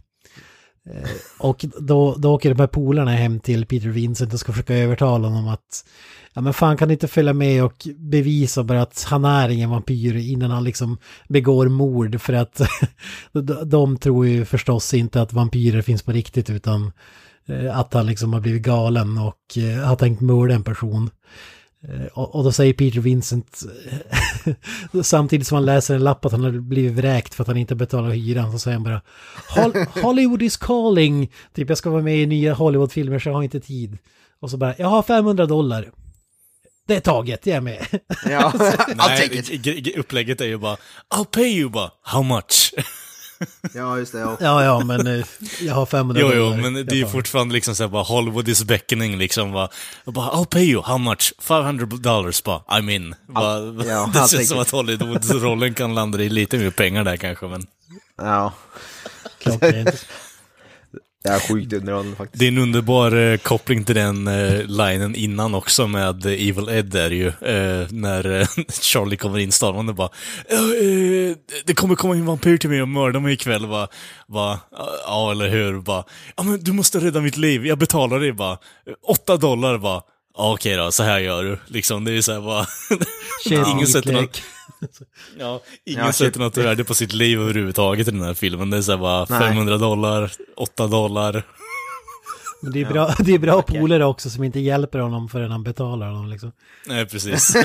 Och då, då åker de här polarna hem till Peter Vincent och ska försöka övertala honom att ja men fan kan inte följa med och bevisa bara att han är ingen vampyr innan han liksom begår mord, för att de, de tror ju förstås inte att vampyrer finns på riktigt utan att han liksom har blivit galen och har tänkt mörda en person. Och, och då säger Peter Vincent samtidigt som han läser en lapp att han har blivit vräkt för att han inte betalar hyran, så säger han bara Hollywood is calling, typ jag ska vara med i nya Hollywoodfilmer så jag har inte tid. Och så bara, jag har femhundra dollar. Det är taget, jag är med. Ja, nej, upplägget är ju bara I'll pay you, bara, how much? Ja, just det. Ja, ja, ja men uh, jag har femhundra jo, dollar. Jo, men det är ju fortfarande liksom så här, bara Hollywood is beckoning liksom, bara, bara I'll pay you, how much? five hundred dollars, bara, I'm in. Bara, ja, det känns som att Hollywood-rollen kan landa i lite mer pengar där kanske, men... Ja. Klockrent. Det är sjukt underhållande faktiskt. Det är en underbar eh, koppling till den eh, linen innan också med eh, Evil Ed där ju, eh, när eh, Charlie kommer in stormande och bara eh, det kommer komma en vampyr till mig och mörda mig ikväll, va, va, ja eller hur, bara, ja men du måste rädda mitt liv, jag betalar dig, bara, åtta dollar, bara, ja, okej då, så här gör du, liksom, det är så här bara ingen sätter något, ja, ingen ja, sätter något värde på sitt liv överhuvudtaget i den här filmen, det är så här bara Nej. femhundra dollar, åtta dollar. Men det är bra, det är bra okay. polare också som inte hjälper honom förrän han betalar honom liksom. Nej, precis.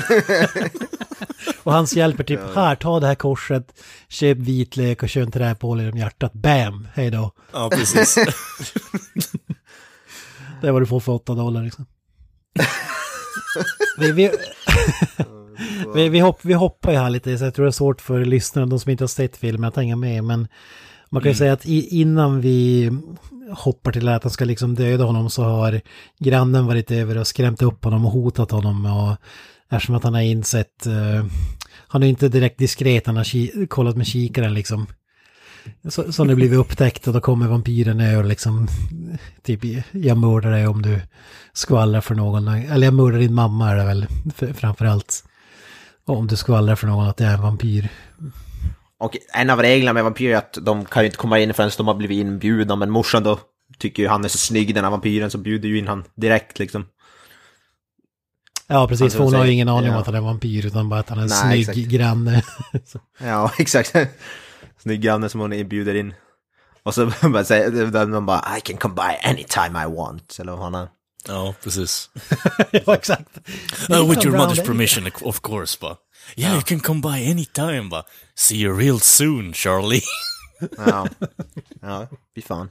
Och hans hjälper typ, här, ta det här korset, köp vitlök och kör en träpål i hjärtat, bam, hej då. Ja, precis. Det är vad du får för åtta dollar liksom. vi, vi, vi, vi, hopp, vi hoppar ju här lite, så jag tror det är svårt för lyssnarna, de som inte har sett filmen, att hänga med, men man kan ju mm. säga att i, innan vi hoppar till att han ska liksom döda honom så har grannen varit över och skrämt upp honom och hotat honom, och eftersom att han har insett uh, han är inte direkt diskret, han har ki- kollat med kikaren liksom, så, så nu blivit upptäckt och då kommer vampyren ner och liksom typ, jag mördar dig om du skvallrar för någon, eller jag mördar din mamma är det väl framförallt, om du skvallrar för någon att jag är en vampyr. Och en av reglerna med vampyrer är att de kan ju inte komma in förrän de har blivit inbjudna, men morsan då tycker ju han är så snygg, den här vampyren, så bjuder ju in han direkt liksom. Ja, precis, för hon har ju ingen aning ja. om att han är vampyr, utan bara att han är en Nej, snygg exakt. granne. Ja, exakt. Snygg granne som hon bjuder in. Och så bara säger man bara, I can come by anytime I want, eller vad han är. Ja, precis. Ja, exakt. Uh, with your mother's permission, of course, bara. Yeah, ja. You can come by anytime, bara. See you real soon, Charlie. Ja, ja, fy fan.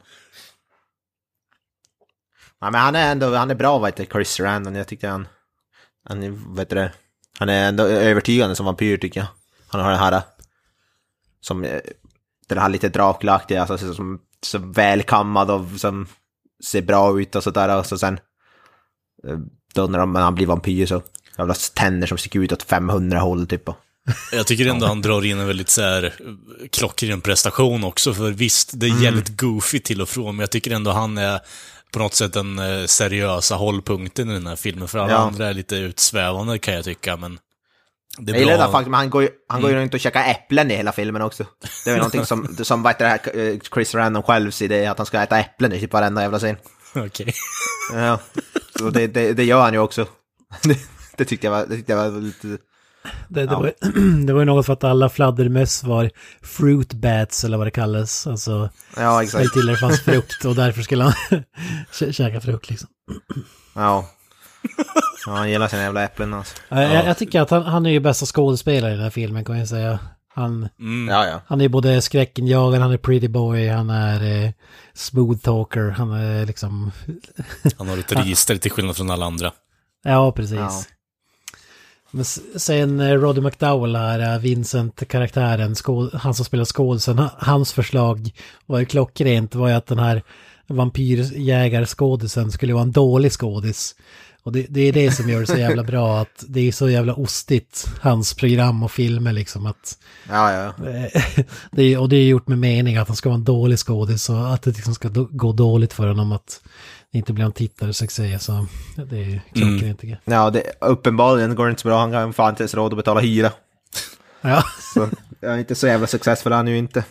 Ja, men han är ändå, han är bra, vad heter Chris Sarandon, jag tyckte han, han, vet du, han är ändå övertygande som vampyr, tycker jag. Han har det här, som, den här lite Dracula-aktiga, alltså som så välkammad och som ser bra ut och sådär, och så sen då när han blir vampyr så jävla tänder som sticker ut åt femhundra håll typ. Jag tycker ändå han drar in en väldigt så här klockren prestation också, för visst, det är mm. jävligt goofy till och från, men jag tycker ändå han är på något sätt den seriösa hållpunkten i den här filmen, för alla ja. andra är lite utsvävande kan jag tycka, men det är jag bra. gillar det faktiskt, men han går ju, han mm. går ju runt och käkar äpplen i hela filmen också. Det är ju någonting som, som vad heter det här, Chris Random självs idé, att han ska äta äpplen i typ varenda jävla scen. Okej. Okay. Ja, så det, det, det gör han ju också. Det, det tyckte jag var, det tyckte jag var lite... Det, det, ja. var, det var ju något för att alla fladdermöss var fruit bats eller vad det kallas. Alltså, ja, exakt. Till det fanns frukt och därför skulle han käka frukt liksom. Ja. Ja, han gillar sina jävla äpplen alltså. Ja, jag, jag tycker att han, han är ju bästa skådespelare i den här filmen, kan jag säga. Han, mm. ja, ja. han är både skräckenjagaren, han är pretty boy, han är eh, smooth talker, han är liksom... Han har ett register till skillnad från alla andra. Ja, precis. Ja. Men sen Roddy McDowell här, Vincent-karaktären, skål, han som spelar skådisen, hans förslag var ju klockrent, var ju att den här vampyrjägarskådisen skulle vara en dålig skådis. Och det, det är det som gör det så jävla bra, att det är så jävla ostigt, hans program och filmer liksom, att ja, ja. det är, och det är gjort med mening att han ska vara en dålig skådis och att det liksom ska do, gå dåligt för honom, att det inte blir en tittare så att säga, så det är klockrent. Mm. Ja, det, uppenbarligen går det inte så bra, han kan fan inte ens råd att betala hyra. Ja. Så jag är inte så jävla successfull han ju inte.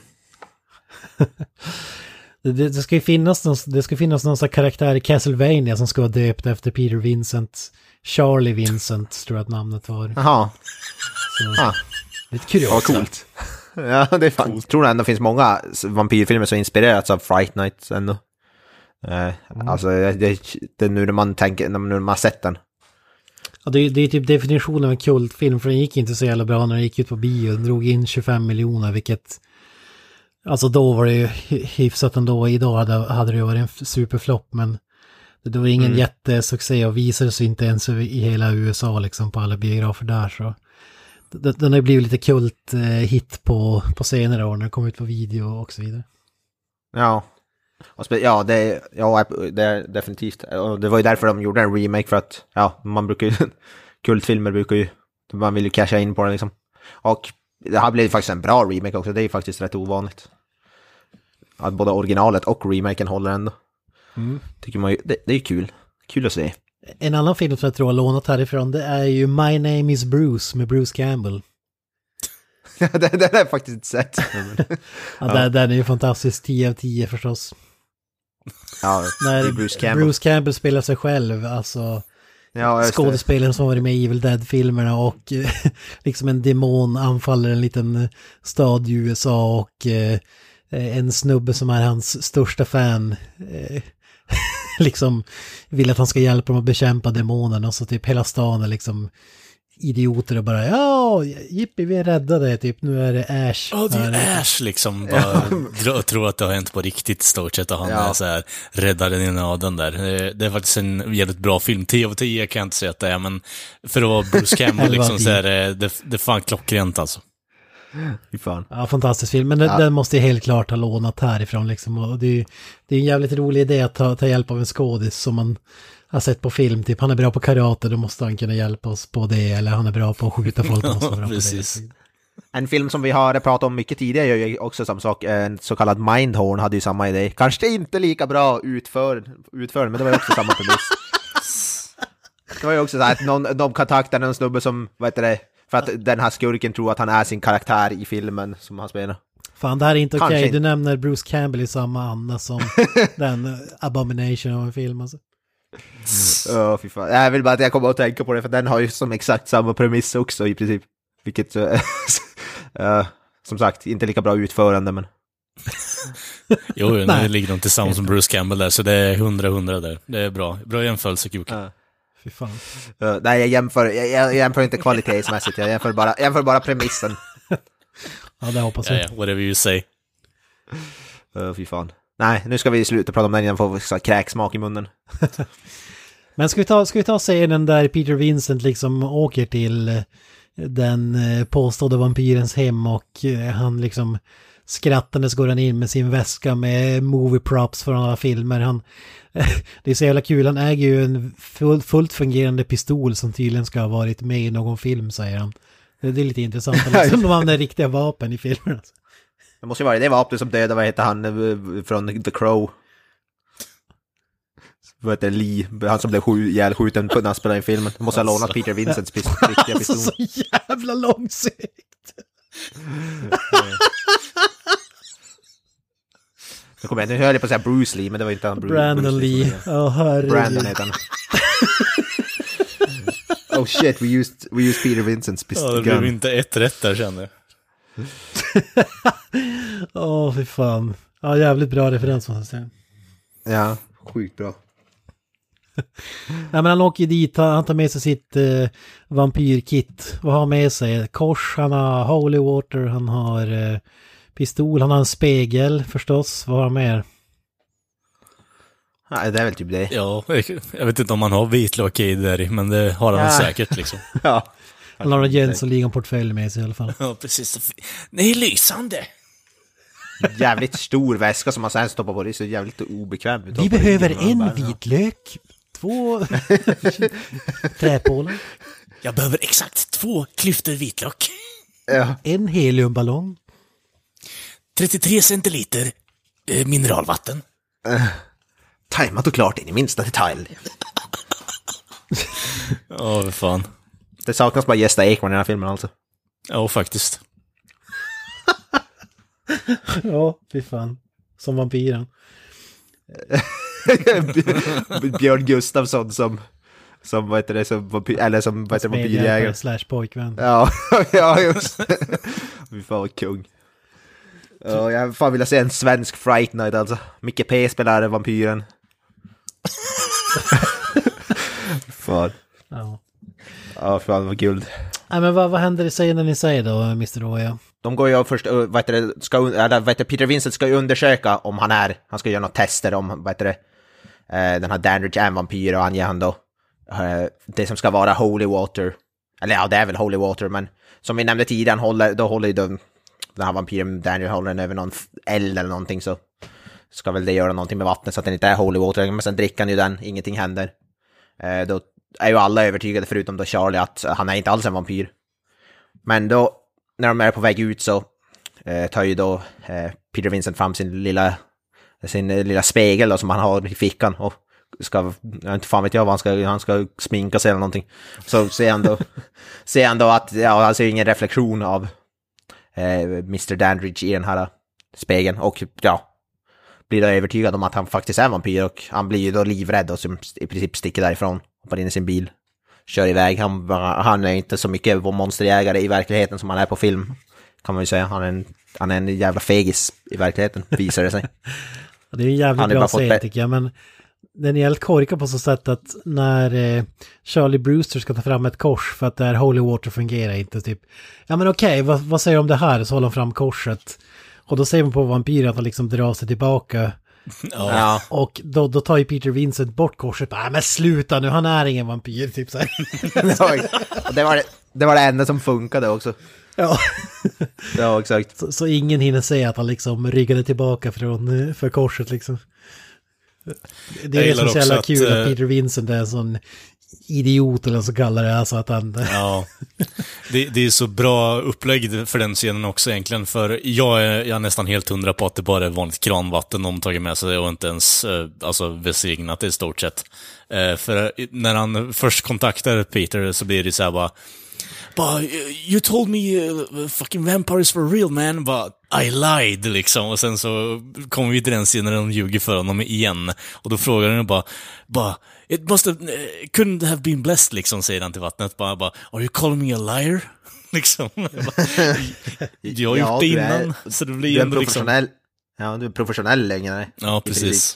Det, det, det ska ju finnas någon, det ska finnas någon sån karaktär i Castlevania som ska vara döpt efter Peter Vincent. Charlie Vincent tror jag att namnet var. Jaha. Ah. Lite kuriöst. Ja, coolt. Ja, det är fan. Jag tror ändå finns många vampyrfilmer som inspirerats av Fright Night ändå. Eh, mm. Alltså, det, det är nu när man tänker, när man har sett den. Ja, det, det är typ definitionen av en kultfilm, för den gick inte så jävla bra när den gick ut på bio. Den drog in tjugofem miljoner, vilket... Alltså då var det ju hyfsat ändå. Idag hade, hade det varit en superflopp, men det var ingen mm. jättesuccé och visade sig inte ens i hela U S A liksom på alla biografer där. Så den har blivit lite kult eh, hit på, på senare år när den kom ut på video och så vidare. Ja, och spe- ja, det, ja, det är definitivt. Och det var ju därför de gjorde en remake, för att ja, man brukar ju, kultfilmer brukar ju, man vill ju casha in på den liksom. Och det här blev faktiskt en bra remake också. Det är faktiskt rätt ovanligt. Att både originalet och remaken håller ändå. Mm. Tycker man ju, det, det är kul. Kul att se. En annan film som jag tror har lånat härifrån, det är ju My Name is Bruce med Bruce Campbell. Ja, den, den har jag faktiskt inte sett. Ja, ja. Den, den är ju fantastisk, tio av tio förstås. Ja, när Bruce Campbell. Bruce Campbell spelar sig själv, alltså... Ja, skådespelaren som varit med i Evil Dead-filmerna och liksom en demon anfaller en liten stad i U S A och eh, en snubbe som är hans största fan eh, liksom vill att han ska hjälpa dem att bekämpa demonen, och så typ hela stan är liksom idioter och bara ja, jippi, vi är räddade, typ nu är det Ash. Ja, det är Ash liksom, bara ja. tror att det har hänt på riktigt stort sett, och han ja. är så här räddade i nöden där. Det är faktiskt en jävligt bra film, tio av tio kan jag inte säga att det är, men för att vara Bruce Campbell liksom så är det, det, det är fan klockrent alltså. Fy fan. Ja, fantastisk film, men den, ja. den måste ju helt klart ha lånat härifrån liksom, och det är, det är en jävligt rolig idé att ta, ta hjälp av en skådis som man har sett på film, typ han är bra på karate, då måste han kunna hjälpa oss på det, eller han är bra på att skjuta folk, måste vara bra på det. En film som vi har pratat om mycket tidigare gör ju också samma sak, en så kallad Mindhorn hade ju samma idé. Kanske inte lika bra utför, utför men det var ju också samma premiss. Det var ju också så här att någon, de kontaktar någon snubbe som, vad heter det, för att den här skurken tror att han är sin karaktär i filmen som han spelar. Fan, det här är inte okej. Okay. Du nämner Bruce Campbell i samma anda som den Abomination av en film alltså. Ja, oh, fy fan. Jag vill bara att jag kommer att tänka på det, för den har ju som exakt samma premiss också i princip. Vilket, uh, som sagt, inte lika bra utförande, men... jo, nu ligger de tillsammans som Bruce Campbell där, så det är hundra hundra där. Det är bra. Bra jämförelse, Kuka. Uh. Fy fan. Uh, nej, jag jämför, jag, jag jämför inte kvalitetsmässigt, jag jämför bara, jag jämför bara premissen. Ja, det hoppas jag. Ja, ja, whatever you say. Uh, fy fan. Nej, nu ska vi sluta prata om den innan får vi kräksmak i munnen. Men ska vi ta, ska vi ta scenen där Peter Vincent liksom åker till den påstådda vampyrens hem och han liksom skrattandes går han in med sin väska med movie props från alla filmer. Han, det är så jävla kul, han äger ju en full, fullt fungerande pistol som tydligen ska ha varit med i någon film, säger han. Det är lite intressant, liksom, de använder riktiga vapen i filmerna. Det måste ju vara det vapnet som dödade, vad heter han från The Crow? Vad heter Lee? Han som blev sju, ihjälskjuten när han spelade in filmen. Det måste ha lånat Peter Vincents pist- riktiga pistol. Alltså så jävla långsikt. Nu kommer jag, nu hör jag på att säga Bruce Lee, men det var inte han. Bruce, Brandon Bruce Lee. Lee. Ja, oh, herregud. Brandon heter han. Oh shit, we used, we used Peter Vincents pistol. Ja, det blev inte ett rätt där, känner jag. Åh, oh, fy fan. Ja, jävligt bra referens, måste jag säga. Ja, sjukt bra. Ja, men han åker dit, han tar med sig sitt eh, vampyrkit. Vad har han med sig? Kors, han har holy water, han har eh, pistol, han har en spegel förstås. Vad har han mer? Ja, det är väl typ det. Ja, jag vet inte om man har vitlök i där, men det har han ja. säkert liksom. Ja. Han har en Jönssonligan-portfölj med sig i alla fall. Ja, precis. Det är lysande. Jävligt stor väska som man sen stoppar på. Det är så jävligt obekvämt. Vi behöver en vitlök, två träpålar. Jag behöver exakt två klyftor vitlök. Ja. En heliumballong. trettiotre centiliter eh, mineralvatten. Uh, tajmat och klart in i minsta detalj. Ja, vad fan. Det saknas bara Gösta Ekman i den här filmen alltså. Ja, faktiskt. Ja, fy fan. Som vampyren. Björn Gustafsson som som vad heter det som vampyr, eller som vad heter vampyrjägare slash pojkvän. Ja, ja just. Vi får vara kung. Ja, jag fan vill se en svensk Fright Night alltså. Micke P spelar vampyren. Fan. Ja. Ja, fan vad guld. Nej, men vad, vad händer i sig när ni säger då, mister Roya? De går ju först, vad heter det, ska, eller vad heter Peter Vincent ska ju undersöka om han är, han ska göra något tester om, vad heter det, den här Dandridge är en vampyr och han ger han då det som ska vara holy water. Eller ja, det är väl holy water, men som vi nämnde tidigare, han håller, då håller ju den, den här vampyren, Dandridge håller den över någon eld eller någonting, så ska väl det göra någonting med vattnet så att den inte är holy water, men sen dricker han ju den, ingenting händer. Då är ju alla övertygade förutom då Charlie att han är inte alls en vampyr. Men då när de är på väg ut så eh, tar ju då eh, Peter Vincent fram sin lilla sin lilla spegel då, som han har i fickan och ska, jag inte fan vet jag vad han ska, han ska sminka sig eller någonting. Så ser han då ser han då att ja, han ser ingen reflektion av eh, mister Dandridge i den här spegeln och ja, blir då övertygad om att han faktiskt är vampyr och han blir ju då livrädd och som i princip sticker därifrån, hoppar in i sin bil, kör iväg. Han, han är inte så mycket monsterjägare i verkligheten som han är på film, kan man ju säga. Han är en, han är en jävla fegis i verkligheten, visar det sig. Det är en jävligt bra scen tycker jag, men den är helt korkad på så sätt att när eh, Charlie Brewster ska ta fram ett kors för att det här holy water fungerar inte, typ, ja men okej, okay, vad, vad säger du om det här? Så håller han fram korset och då ser man på vampyren att han liksom drar sig tillbaka. Ja. Och då, då tar ju Peter Vincent bort korset. Nej, men sluta nu, han är ingen vampyr typ så här. det, var det, det var det enda som funkade också. Ja, ja exakt. Så, så ingen hinner säga att han liksom ryggade tillbaka från, för korset liksom. Det är det som är så jävla kul att, att Peter Vincent är en sån idiot eller så kallar det, alltså att han... Ja, det, det är så bra upplägg för den scenen också egentligen, för jag är, jag är nästan helt hundra på att det bara är vanligt kranvatten de tagit med sig och inte ens alltså välsignat i stort sett. För när han först kontaktar Peter så blir det så här bara, bara you told me uh, fucking vampires for real man, but I lied liksom, och sen så kommer vi till den scenen när de ljuger för honom igen och då frågar han bara, bara it must have, uh, couldn't have been blessed liksom, säger han till vattnet, bara, bara are you calling me a liar? Liksom. Jag har ja, gjort det innan, är, så det blir du är ändå professionell, liksom... ja, du är professionell längre. Ja, precis.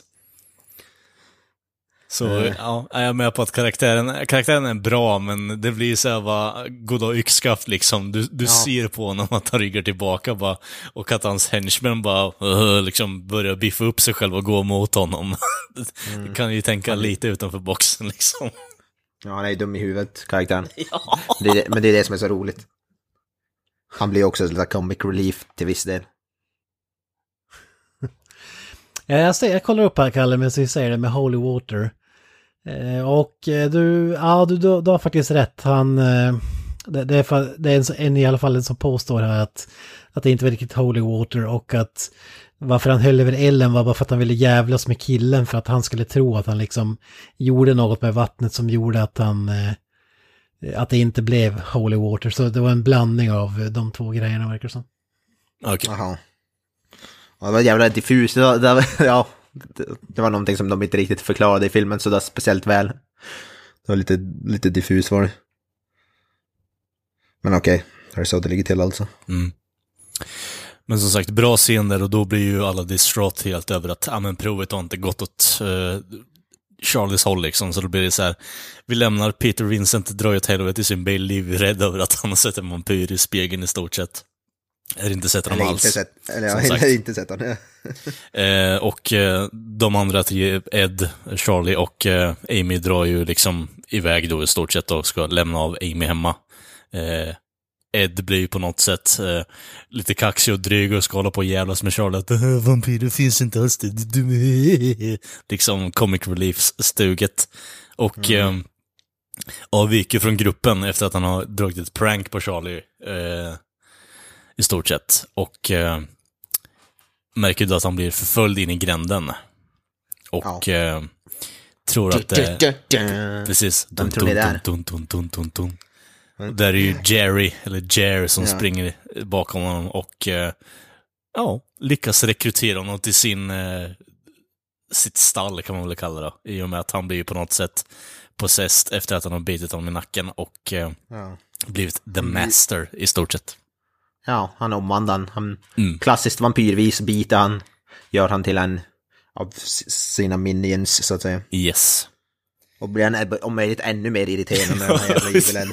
Så mm. ja, jag är med på att karaktären, karaktären är bra, men det blir så här bara goddag yxskaft liksom. Du, du ja. ser på honom att han ryggar tillbaka bara, och att hans henchmen bara uh, liksom börjar biffa upp sig själv och gå mot honom. Mm. Du kan ju tänka mm. lite utanför boxen liksom. Ja, han är ju dum i huvudet, karaktären. Ja. Det är det, men det är det som är så roligt. Han blir också lite comic relief till viss del. Ja, jag, ser, jag kollar upp här, Kalle, men så säger det med Holy Water. Eh, och eh, du, ja, du, du, du har faktiskt rätt. Han, eh, det, det är, för, det är en, en i alla fall en som påstår här att, att det inte var riktigt Holy Water och att varför han höll över Ellen var bara för att han ville jävlas med killen för att han skulle tro att han liksom gjorde något med vattnet som gjorde att han eh, att det inte blev Holy Water. Så det var en blandning av de två grejerna, verkar det som. Okej. Okay. Jaha. Ja, det var jävla diffus. Det var, det var, ja, det, det var någonting som de inte riktigt förklarade i filmen så det var speciellt väl. Det var lite, lite diffus var det. Men okej, okay. Det är så det ligger till alltså. Mm. Men som sagt, bra scen där och då blir ju alla distraught helt över att ja, men provet har inte gått åt uh, Charlies håll liksom, så då blir det så här: vi lämnar Peter Vincent drar åt helvete i sin bil, livrädd över att han har sett en vampyr i spegeln i stort sett. Eller inte sett honom eller alls. Inte sett, eller ja, eller inte sett honom. eh, och eh, de andra tre, Ed, Charlie och eh, Amy drar ju liksom iväg då i stort sett och ska lämna av Amy hemma. Eh, Ed blir ju på något sätt eh, lite kaxig och dryg och ska hålla på och jävlas med Charlie att vampyrer finns inte alls det. Du, liksom comic relief-stuget. Och mm. eh, avviker från gruppen efter att han har dragit ett prank på Charlie eh, i stort sett. Och eh, märker då att han blir förföljd in i gränden. Och ja. eh, tror att det eh, precis dun, dun, dun, dun, dun, dun, dun, dun. Och där är ju Jerry, eller Jer som ja. springer bakom honom och eh, ja, lyckas rekrytera honom till sin eh, sitt stall kan man väl kalla det, i och med att han blir ju på något sätt possessed efter att han har bitit honom i nacken och eh, ja. blivit the master i stort sett. Ja, han omvandlar han mm. klassiskt vampyrvis biter han, gör han till en av sina minions så att säga. Yes. Och blir han om möjligt ännu mer irriterande än jävla Evil.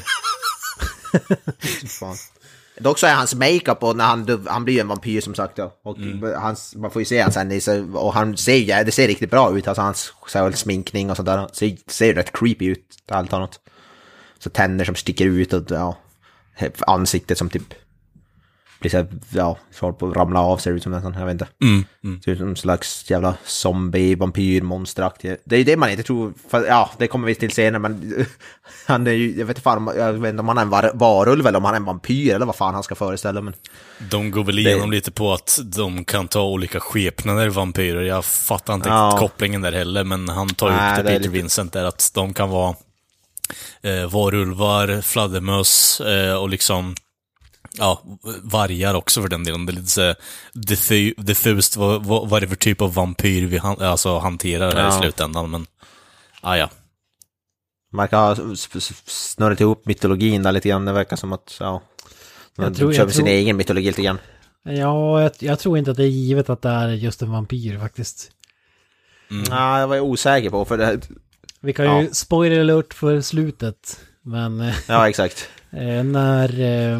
Fan. Dock så är hans makeup och när han, han blir en vampyr som sagt då. Och mm. hans, man får ju se han sen och han ser ja, det ser riktigt bra ut, alltså hans så, sminkning och sånt där ser, ser rätt creepy ut allt annat. Så tänder som sticker ut och ja, ansiktet som typ blir så ja, så på att ramla av ser ut som nästan, jag vet inte. Mm. Mm. Ser ut som en slags jävla zombie, vampyr, monsteraktig. Det är ju det man inte tror, för, ja, det kommer vi till senare, men han är ju, jag vet inte fan, jag vet inte om han är en var, varulv eller om han är en vampyr eller vad fan han ska föreställa, men de går väl igenom det lite på att de kan ta olika skepnader vampyrer. Jag fattar inte ja. kopplingen där heller, men han tar ju upp till Peter lite... Vincent där att de kan vara eh, varulvar, fladdermöss eh, och liksom ja, vargar också för den delen. Det är lite så diffust vad, vad, vad är det för typ av vampyr vi han, alltså, hanterar här ja. i slutändan, men ah, ja. Man kan ha snurrat ihop mytologin där lite grann, det verkar som att ja, man tror, köper sin tror... egen mytologi lite grann. Ja, jag, jag tror inte att det är givet att det är just en vampyr faktiskt. Mm. Ja, jag var osäker på för det här. Vi kan ju ja. spoiler alert för slutet, men ja, exakt. när eh,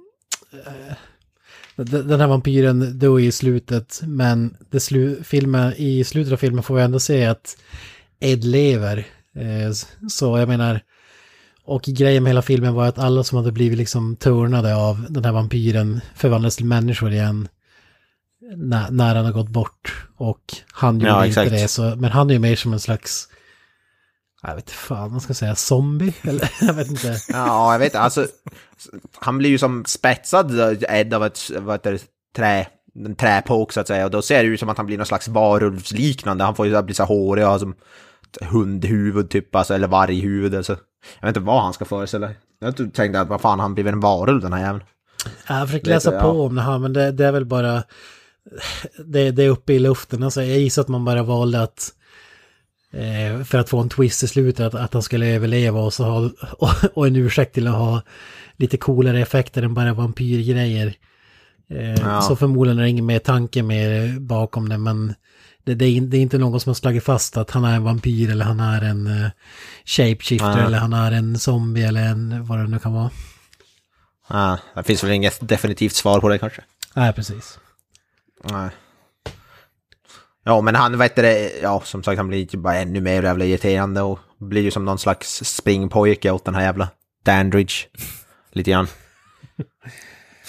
den här vampyren dör i slutet, men det slu, filmen, i slutet av filmen får vi ändå se att Ed lever. Eh, så jag menar, och grejen med hela filmen var att alla som hade blivit liksom törnade av den här vampyren förvandlades till människor igen när, när han har gått bort, och han gjorde ja, inte det, så, men han är ju mer som en slags, jag vet inte fan man ska säga, zombie eller jag vet inte. Ja, jag vet alltså han blir ju som spetsad Ed av ett, av ett trä, en träpåk så att säga, och då ser det ut som att han blir någon slags varulvsliknande. Han får ju bli så hårig och som hundhuvud typ, alltså, eller varghuvud alltså. Jag vet inte vad han ska föreställa. Jag tänkte att vad fan, han blir en varulv den här jäveln. Jag försöker läsa på ja. om det här, men det, det är väl bara det, det är uppe i luften. Alltså, jag gissar att man bara valde att eh, för att få en twist i slutet att, att han skulle överleva och, så ha, och, och en ursäkt till att ha lite coolare effekter än bara vampyrgrejer. Eh, ja. Så förmodligen är det ingen mer tanke mer bakom det, men det, det, är, det är inte någon som har slagit fast att han är en vampyr eller han är en uh, shapeshifter ja. eller han är en zombie eller en vad det nu kan vara. Ja, det finns väl inget definitivt svar på det kanske. Nej, precis. Nej. Ja, men han vet det, ja, som sagt han blir ju bara ännu mer jävla irriterande och blir ju som någon slags springpojke åt den här jävla Dandridge lite grann.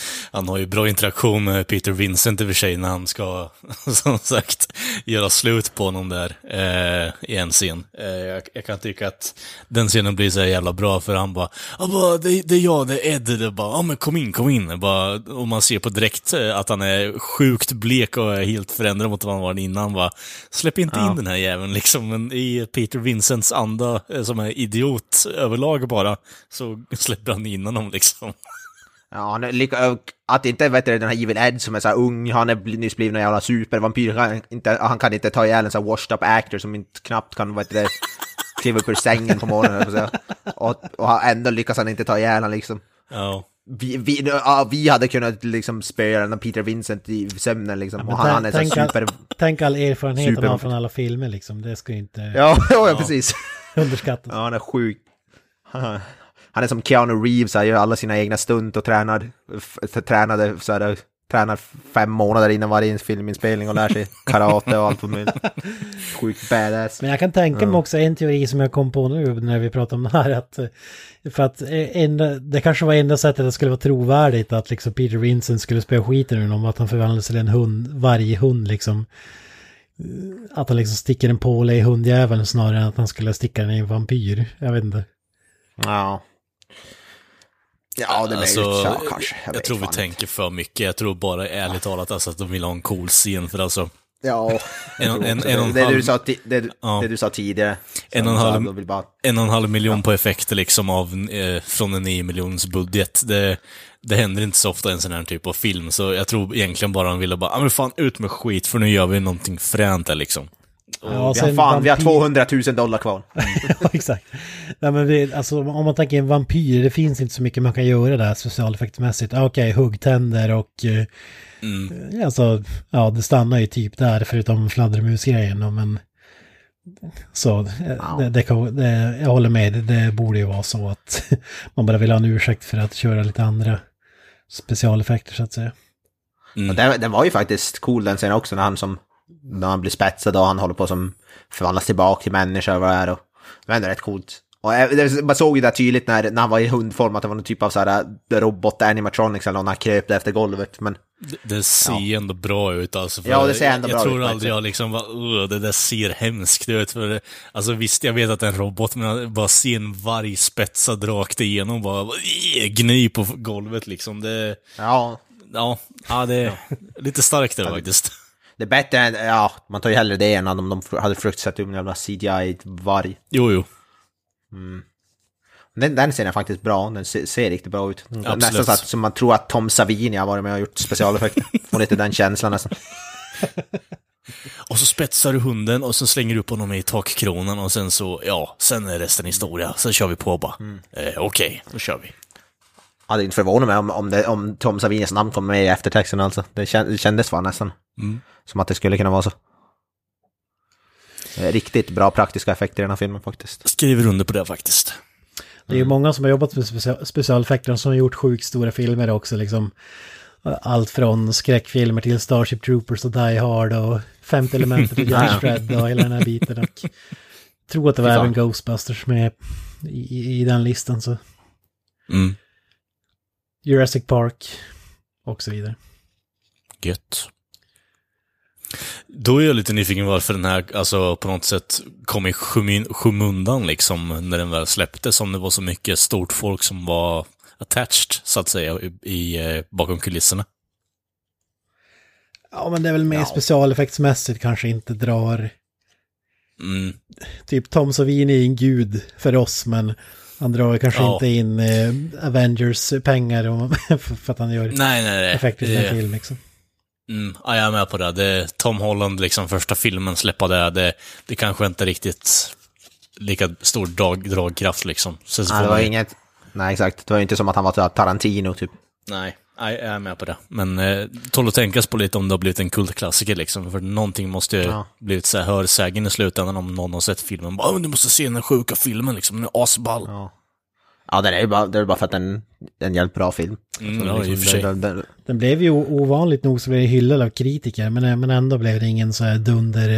han har ju bra interaktion med Peter Vincent i och för sig när han ska, som sagt, göra slut på honom där eh, i en scen. Eh, jag, jag kan tycka att den scenen blir så jävla bra, för han bara, ah, bara det, det är jag, det är Ed, det bara, ja ah, men kom in, kom in. Bara, och man ser på direkt att han är sjukt blek och är helt förändrad mot vad han var innan. Bara, släpp inte ja. in den här jäveln liksom. Men i Peter Vincents anda, som är idiot överlag bara, så släpper han in honom liksom. Ja, han är lika, att inte vet du, den här Evil Ed som är så här ung, han är nyss blivit en jävla supervampyr, han, inte, han kan inte ta ihjäl en så här washed up actor som inte knappt kan, vet du, kliva upp ur sängen på morgonen och, och ändå lyckas han inte ta ihjäl han liksom. Ja. Vi, vi, ja, vi hade kunnat liksom spöra den Peter Vincent i sömnen liksom. Ja, och han, han är tänk, så super... all, tänk all erfarenhet super... han har från alla filmer liksom. Det ska ju inte ja, ja, ja, precis underskattas. Ja, han är sjuk. Han är som Keanu Reeves, han gör alla sina egna stunt och tränar f- tränade så här, tränar fem månader innan varje filminspelning och lär sig karate och allt på möjligt. Sjukt badass. Men jag kan tänka mig också en teori som jag kom på nu när vi pratar om det här, att för att enda, det kanske var enda sättet att det skulle vara trovärdigt att liksom Peter Vincent skulle spela skiten ur om att han förvandlades till en hund, varje hund liksom, att han liksom sticker en påle i hundjäveln snarare än att han skulle sticka den i en vampyr. Jag vet inte. Ja. Ja, det är alltså, möjligt, ja, kanske. Jag, jag tror vi tänker för mycket. Jag tror bara ärligt talat alltså, att de vill ha en cool scen, för alltså ja, en, en, en, en, en det, halv, du sa, det, ja. det du sa tidigare. En och en halv, bara... en och en halv miljon ja. på effekter liksom av, eh, från en nio miljons budget. Det, det händer inte så ofta en sån här typ av film, så jag tror egentligen bara de ville bara, ja ah, men fan ut med skit, för nu gör vi någonting fränt där liksom. Ja, vi, har fan, vampyr... vi har tvåhundratusen dollar kvar. Ja, exakt. Nej, men vi, alltså, om man tänker en vampyr, det finns inte så mycket man kan göra där specialeffektmässigt. Okej, okay, huggtänder och mm. alltså, ja, det stannar ju typ där förutom fladdermusgrejen, men så wow. det, det, kan, det, jag håller med, det, det borde ju vara så att man bara vill ha en ursäkt för att köra lite andra specialeffekter så att säga. Mm. Den, den var ju faktiskt cool den scenen också, när han som när han blir spetsad och han håller på som förvandlas tillbaka till människa och vad det är, och det var ändå rätt coolt. Och jag, man såg ju det tydligt när, när han var i hundform att det var någon typ av så här robot animatronics eller någon, han kröp efter golvet, men det, det ser ja. ändå bra ut alltså, för ja, det ser ändå jag, bra jag ut. tror aldrig jag liksom var, det där ser hemskt ut, för alltså visst, jag vet att det är en robot, men bara se en varg spetsad rakt igenom, bara gny på golvet liksom, det ja, ja, ja det är lite starkt det faktiskt. Det är bättre än, ja, man tar ju hellre det än om de hade fruktat upp en jävla C G I-varg. Jo, jo. Mm. Den, den scenen är faktiskt bra, den ser, ser riktigt bra ut. Absolut. Nästan så att som man tror att Tom Savini har varit med och gjort specialeffekter. Får lite den känslan nästan. Och så spetsar du hunden och så slänger du upp honom i takkronan och sen så, ja, sen är resten historia. Sen kör vi på bara. Mm. Eh, Okej, okay, då kör vi. Ja, det är inte förvånat mig om, om, det, om Tom Savinis namn kommer med i eftertexten alltså. Det kändes fan nästan mm. som att det skulle kunna vara så. Riktigt bra praktiska effekter i den här filmen faktiskt. Skriver under på det faktiskt. Det är ju många som har jobbat med special- specialeffekter som har gjort sjukt stora filmer också liksom. Allt från skräckfilmer till Starship Troopers och Die Hard och Femte elementet och Judge Dredd och hela den här biten. Och jag tror att det var även Ghostbusters med i, i den listan så. Mm. Jurassic Park och så vidare. Gött. Då är jag lite nyfiken varför den här alltså på något sätt kom i skymundan liksom när den väl släpptes, om det var så mycket stort folk som var attached så att säga i, i bakom kulisserna. Ja, men det är väl mer ja. specialeffektsmässigt kanske inte drar mm. typ Tom Savini är en gud för oss, men han drar kanske ja. inte in eh, Avengers pengar och, för att han gör nej, nej, nej. effekter i en film liksom. Mm, ja, jag är med på det. det. Tom Holland, liksom första filmen släppa det, det, det kanske inte riktigt lika stor drag, dragkraft liksom. Så nej, det var man... inget, nej exakt, det var inte som att han var Tarantino typ. Nej, jag är med på det. Men eh, tål att tänkas på lite om det har blivit en kultklassiker liksom, för någonting måste ju ja. blivit så här hörsägen i slutändan om någon har sett filmen. Bara, du måste se den sjuka filmen liksom, den är asball. Ja. Ja, det är ju bara, det är bara för att den är en jävligt bra film. Mm, ja, liksom, i och för sig. Den, den, den blev ju ovanligt nog så blev det hyllad av kritiker, men, men ändå blev det ingen så här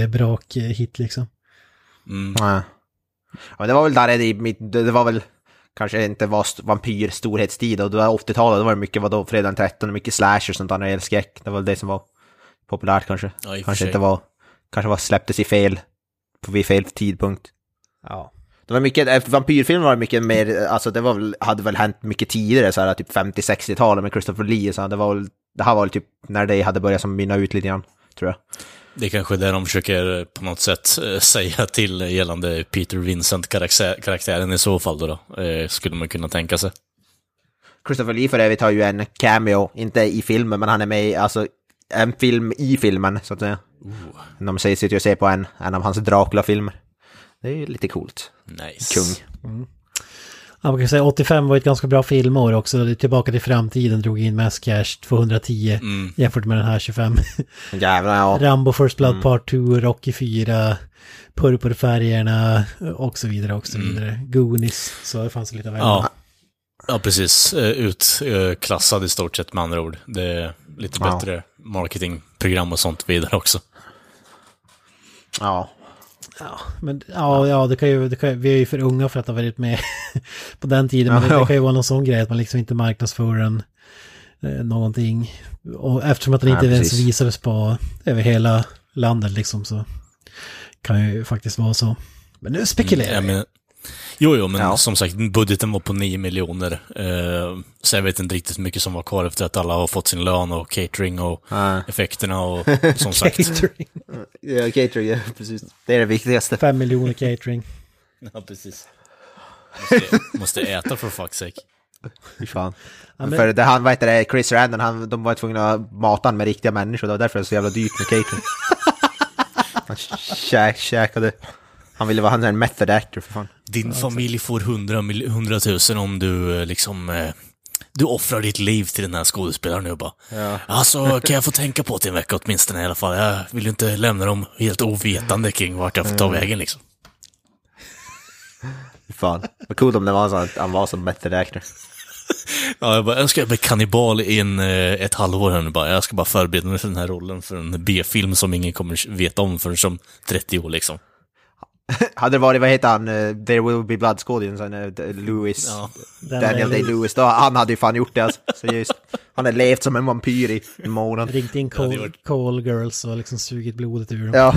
dunder-brak-hit liksom. Mm. Ja. Ja, det var väl där det, det var väl kanske inte var st- vampyr storhetstid, och då var åttiotalet, då var det mycket, vadå, fredag den trettonde, mycket slasher och sånt där, när det gäller skräck. Det var det som var populärt kanske. Ja, kanske inte var, kanske var släpptes i fel, på vid fel tidpunkt. Ja. Det var mycket, vampyrfilm var mycket mer, alltså det var väl, hade väl hänt mycket tidigare, så här typ femtio-sextiotalet med Christopher Lee, så det var väl, det här var väl typ när det hade börjat som mynna ut lite grann, tror jag. Det är kanske det de försöker på något sätt säga till gällande Peter Vincent-karaktären i så fall då, då. Eh, skulle man kunna tänka sig. Christopher Lee för övrigt har ju en cameo, inte i filmen, men han är med i, alltså, en film i filmen, så att säga. Uh. De säger sitter och ser på en, en av hans Dracula-filmer. Det är ju lite coolt. Nice. Kung. Mm. Ja, man kan säga åttiofem var ett ganska bra filmår också. Tillbaka till framtiden drog in mest cash, tvåhundratio mm. jämfört med den här tjugofem. Jävlar, ja. Rambo First Blood mm. Part två, Rocky fyra, Purpurfärgerna och så vidare och så vidare. Mm. Goonies, så det fanns lite välja. Ja. Ja, precis. Utklassad i stort sett med andra ord. Det är lite ja. bättre marketingprogram och sånt vidare också. Ja. Ja, men ja, ja det kan ju, det kan, vi är ju för unga för att ha varit med på den tiden, men det, det kan ju vara någon sån grej att man liksom inte marknadsför en eh, någonting, och eftersom att den inte ja, ens visades på över hela landet liksom, så kan ju faktiskt vara så. Men nu spekulerar mm, ja, Jo, jo, men ja. som sagt, budgeten var på nio miljoner. Eh, så jag vet inte riktigt mycket som var kvar efter att alla har fått sin lön och catering och ah. effekterna och som sagt. Catering. Ja, catering, ja, precis. Det är det viktigaste. Fem miljoner catering. Ja, precis. Måste, måste äta för fuck's sake. Fy fan. Ja, men... För det, han, vad heter det, Chris Randon, han, de var tvungna att mata han med riktiga människor. Det var därför det var så jävla dyrt med catering. Han käk, käkade... Han ville vara han en method actor för fan. Din familj får hundratusen om du liksom eh, du offrar ditt liv till den här skådespelaren nu bara. Ja. Alltså kan jag få tänka på till en vecka åtminstone i alla fall. Jag vill ju inte lämna dem helt ovetande kring vart jag får ta vägen liksom. Fan, vad coolt om det var så att han var som method actor. Ja, jag bara, jag ska bli kannibal i en, ett halvår här nu bara. Jag ska bara förbereda mig för den här rollen för en B-film som ingen kommer veta om förrän som trettio år liksom. Hade det varit, vad heter han, uh, There Will Be Blood skådisen, uh, Lewis, ja. Daniel Day-Lewis, då, han hade ju fan gjort det alltså. Så just, han har levt som en vampyr i en månad. Ringt in call, ja, call girls och liksom sugit blodet ur dem. Ja.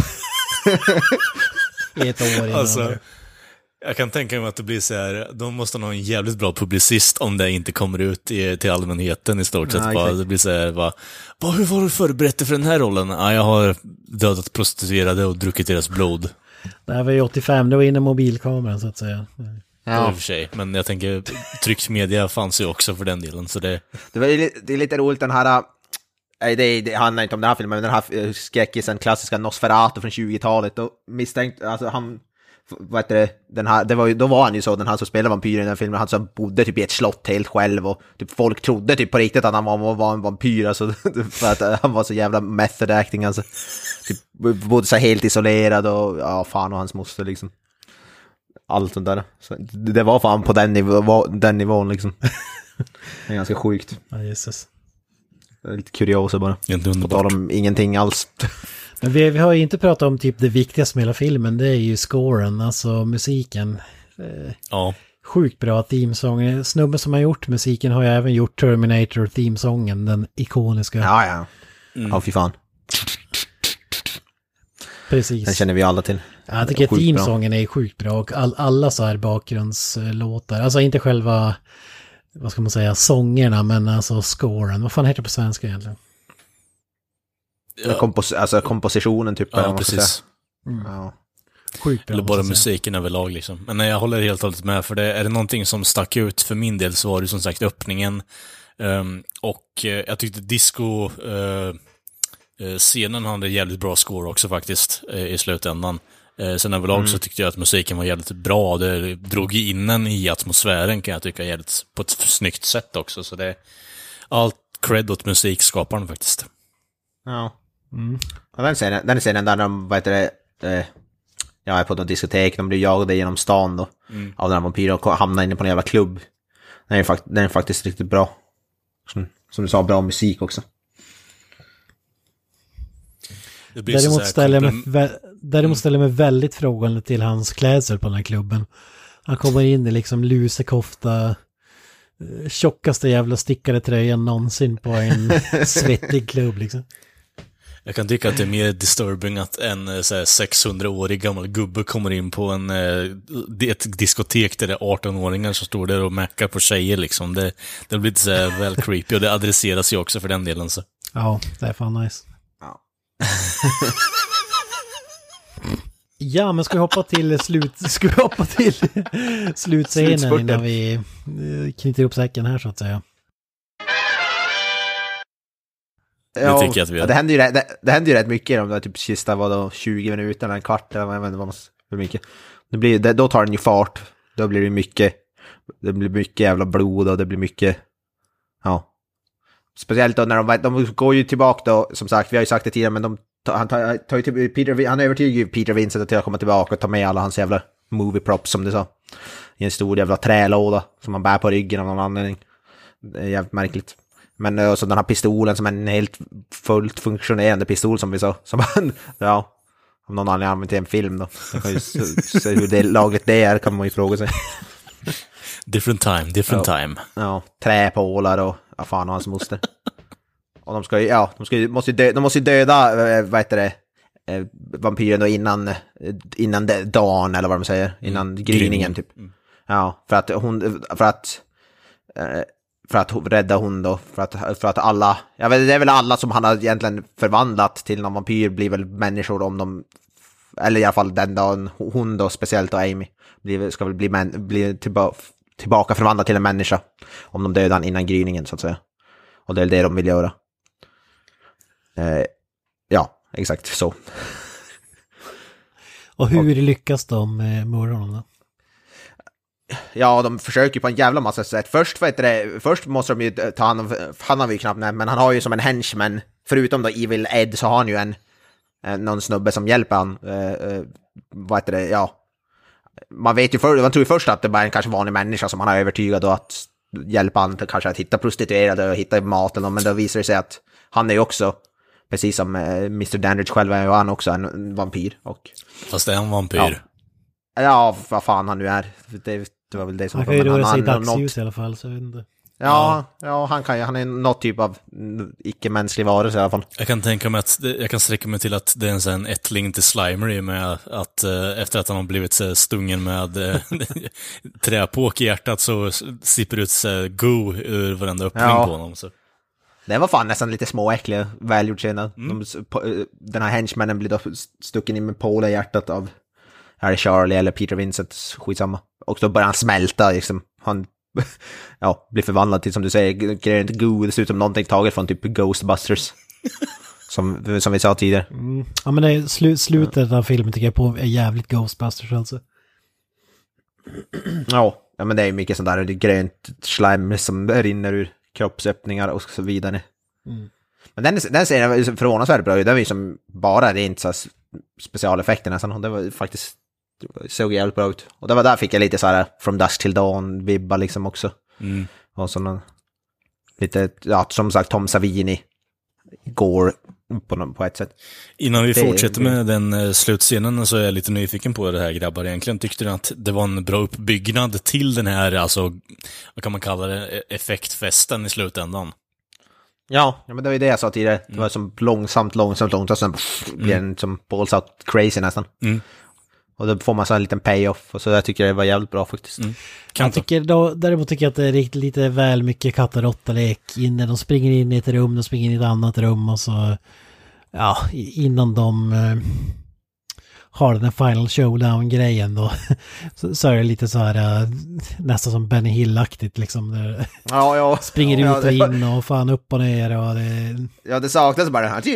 I ett år innan. Alltså, jag kan tänka mig att det blir så här, de måste ha en jävligt bra publicist om det inte kommer ut i, till allmänheten i stort sett. Ja, bara, det blir så här, bara, bara, hur var du förberett för den här rollen? Ja, jag har dödat prostituerade och druckit deras blod. Det här var ju åttiofem, det var inne mobilkameran så att säga. Ja, i och för sig. Men jag tänker, tryckt media fanns ju också för den delen. Så det... Det, var, det är lite roligt den här, nej det, det handlar inte om den här filmen, men den här skräckisen, klassiska Nosferatu från tjugotalet. Då misstänkt, alltså han, vad heter det, den här, det var ju, då var han ju så, den här som spelade vampyr i den här filmen, han som bodde typ i ett slott helt själv, och typ folk trodde typ på riktigt att han var, var en vampyr, alltså, för att han var så jävla method acting, alltså. Typ, bodde så helt isolerad och ja, fan och hans moster liksom. Allt sånt där. Så det var fan på den, nivå, den nivån liksom. Det är ganska sjukt. Ja, Jesus. Det är lite kuriosa bara. På tal om ingenting alls. Men vi, vi har ju inte pratat om typ det viktigaste med hela filmen, det är ju scoren, alltså musiken. Eh, ja. Sjukt bra themesång. Snubben som har gjort musiken har ju även gjort Terminator themesången, den ikoniska. Ja, ja. Mm. Ja, fy fan. Precis. Den känner vi alla till. Ja, jag tycker att themesången är sjukt bra, och all, alla så här bakgrundslåtar. Alltså inte själva, vad ska man säga, sångerna, men alltså scoren. Vad fan heter det på svenska egentligen? Ja. Kompos- alltså kompositionen typ. Ja, precis. Mm. Ja. Sjukt bra. Eller bara musiken överlag liksom. Men jag håller helt och hållet med, för det är det någonting som stack ut för min del, så var det som sagt öppningen. Um, och uh, jag tyckte disco... Uh, scenen hade jävligt bra score också faktiskt i slutändan. Sen överlag mm. så tyckte jag att musiken var jävligt bra. Det drog in en i atmosfären, kan jag tycka, jävligt på ett snyggt sätt också. Så det är allt cred åt musikskaparen faktiskt. Ja. Mm. Ja, den scenen, den scenen där de, vad heter det, eh, jag är på något diskotek, de blir jagade genom stan då, mm. av den här vampyren och hamnar inne på en jävla klubb. Den är, fakt- den är faktiskt riktigt bra. Som, som du sa, bra musik också. Däremot ställer, mig, däremot ställer mig väldigt frågande till hans klädsel på den här klubben. Han kommer in i liksom lusekofta, tjockaste jävla stickade tröjan någonsin på en svettig klubb liksom. Jag kan tycka att det är mer disturbing att en så här, sexhundraårig gammal gubbe kommer in på en, ett diskotek där det är arton-åringar som står där och mäckar på tjejer liksom. Det, det blir lite så här väl creepy och det adresseras ju också för den delen så. Ja, det är fan nice. Ja. Ja, men ska vi hoppa till slut ska vi hoppa till slutscenen innan vi knyter upp säcken här så att säga. Ja, det tycker jag att vi ja, det händer ju det, det händer ju rätt mycket om det typ sista var då tjugo minuter eller en kvart eller jag vet inte vad hur mycket. Det blir det, då tar den ju fart. Då blir det mycket det blir mycket jävla blod och det blir mycket ja. Speciellt då när de de går ju tillbaka då som sagt, vi har ju sagt det tidigare men de han tar, tar ju till Peter han övertygar ju Peter Vincent till att komma tillbaka och ta med alla hans jävla movie props som du sa. I en stor jävla trälåda som man bär på ryggen av någon anledning. Det är jävligt märkligt. Men också den här pistolen som är en helt fullt funktionerande pistol som vi sa. Som man, ja, om någon annan använder till en film då. Man kan ju se hur det, lagligt det är kan man ju fråga sig. Different time, different ja, time. Ja, träpålar och ja, fan och hans moster. Och de ska ju, ja, de ska ju, måste ju dö, de måste ju döda, vad heter det, vampyren då innan, innan dagen eller vad de säger. Innan mm. gryningen typ. Mm. Ja, för att hon, för att... Eh, för att rädda hon då, för att, för att alla, jag vet det är väl alla som han har egentligen förvandlat till någon vampyr blir väl människor om de, eller i alla fall den dagen, hon då speciellt och Amy, blir, ska väl bli, män, bli tillba, tillbaka förvandlad till en människa om de dödar innan gryningen så att säga. Och det är det de vill göra. Eh, ja, exakt så. Och hur och, lyckas de med morgonen då? Ja, de försöker på en jävla massa sätt. Först, vet det, först måste de ju ta hand om, han har vi ju knappt nämnt, men han har ju som en henchman, förutom då Evil Ed så har han ju en, en någon snubbe som hjälper han. Uh, uh, vad heter det, ja. Man vet ju, för, man tror ju först att det bara är en kanske vanlig människa som han har övertygat då att hjälpa han till kanske att hitta prostituerade och hitta maten, men då visar det sig att han är ju också, precis som uh, mister Dandridge själv är ju han också en vampyr. Och, fast det är en vampyr. Ja, ja vad fan han nu är. Det, det var väl det som han kan ju röra sig i dagsljus något... i alla fall, så jag vet inte. Ja, ja, han kan ju, han är något typ av icke-mänsklig varelse i alla fall. Jag kan tänka mig att, jag kan sträcka mig till att det är en sån ättling till Slimery med att äh, efter att han har blivit äh, stungen med äh, träpåk i hjärtat så sippar ut äh, go ur varenda öppning ja. På honom. Så. Det var fan nästan lite småäckliga, välgjort scenen. Mm. De, den här henchmannen blir då stucken in med påla i hjärtat av är det Charlie eller Peter Vincent, skitsamma. Och då börjar han smälta liksom. Han ja, blir förvandlad till, som du säger, grönt goo. Dessutom någonting taget från typ Ghostbusters. som, som vi sa tidigare. Mm. Ja, men det är slu- slutet av filmen tycker jag på är jävligt Ghostbusters alltså. Ja, ja men det är mycket sånt där. Det är grönt slime som rinner ur kroppsöppningar och så vidare. Mm. Men den, den serien var förvånansvärt bra. Den var ju som bara rent så specialeffekter nästan. Det var faktiskt såg jävligt bra ut. Och det var där fick jag lite så här From Dusk Till Dawn vibba liksom också. Mm. Och sådana lite, ja som sagt Tom Savini går på, på ett sätt. Innan vi det, fortsätter med den uh, slutscenen så är jag lite nyfiken på det här grabbar. Egentligen tyckte du att det var en bra uppbyggnad till den här, alltså vad kan man kalla det, effektfesten i slutändan? Ja, ja men det var ju det jag sa tidigare. Det var som långsamt, långsamt, långsamt och sen pff, blir den som balls out crazy nästan. Mm. Och då får man så en liten payoff. Och så där tycker jag det var jävligt bra faktiskt. Mm. Jag tycker då, däremot tycker jag att det är riktigt lite väl mycket katt och råtta-lek inne. De springer in i ett rum, de springer in i ett annat rum och så ja, innan de uh, har den final showdown-grejen då så, så är det lite så här uh, nästan som Benny Hill-aktigt liksom. Där ja, ja. Springer ja, ut och in och fan upp och ner och det... Ja, det saknas bara det här.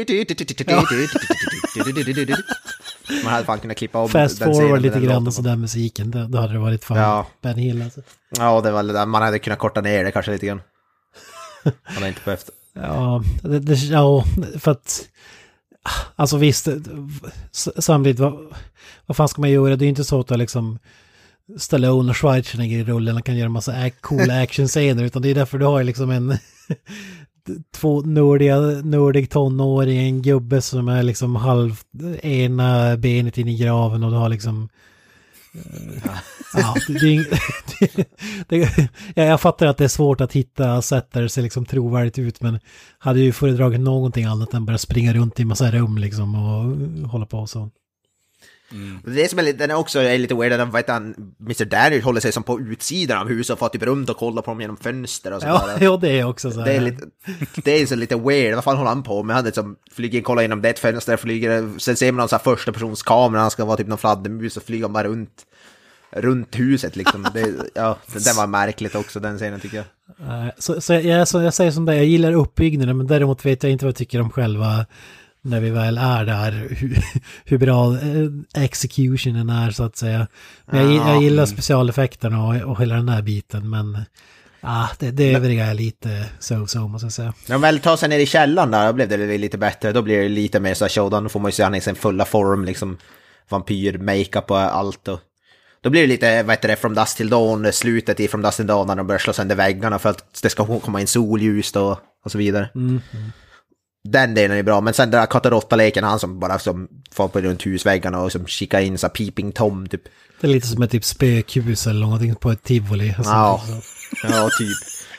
Man hade fan kunnat klippa om fast den forward lite grann och sådär musiken. Då, då hade det varit fan ja. Benny Hill alltså. Ja, det var det där. Man hade kunnat korta ner det kanske lite grann. Man hade inte behövt. Ja, det, det, ja, för att alltså visst samtidigt vad, vad fan ska man göra? Det är ju inte så att liksom Stallone och Schwarzenegger i rollen och kan göra en massa coola actionscener utan det är därför du har liksom en två nördiga, nördig tonåring, en gubbe som är liksom halv ena benet in i graven och du har liksom Ja, det, det, det, det, jag fattar att det är svårt att hitta sätt där det ser liksom trovärdigt ut, men hade ju föredragit någonting annat än bara springa runt i massa rum liksom och hålla på och så. Mm. Det som är lite, den är också är lite weird, att han, mister Daniel håller sig som på utsidan av huset och får typ runt och kolla på dem genom fönster och så ja, där. Ja, det är också så här. Det är lite, det är så lite weird, vad fan håller han på med? Han liksom flyger in, kollar genom det fönster, flyger, sen ser man någon så här första persons kamera, han ska vara typ någon fladdermus och flyga bara runt runt huset liksom. Det, ja, det var märkligt också, den scenen tycker jag. Så, så, jag, så jag säger som det, jag gillar uppbyggnaden, men däremot vet jag inte vad jag tycker om själva när vi väl är där, hur, hur bra executionen är så att säga. Men jag, jag gillar specialeffekterna och, och hela den här biten, men ah, det, det övriga är lite so-so måste jag säga. När de väl tar sig ner i källaren där, då blev det lite bättre. Då blir det lite mer så här showdown, då får man ju se han i sin fulla form, liksom vampyr, makeup och allt. Och då blir det lite, vad heter det, From Dusk Till Dawn, slutet i From Dusk Till Dawn när de börjar slå sönder väggarna för att det ska komma in solljus och, och så vidare. Mm. Mm. Den delen är bra, men sen den där katt-och-råtta-leken, han som bara som får på runt husväggarna och som kikar in så här peeping tom typ. Det är lite som ett typ spökhus eller någonting på ett tivoli. Ja, ja typ.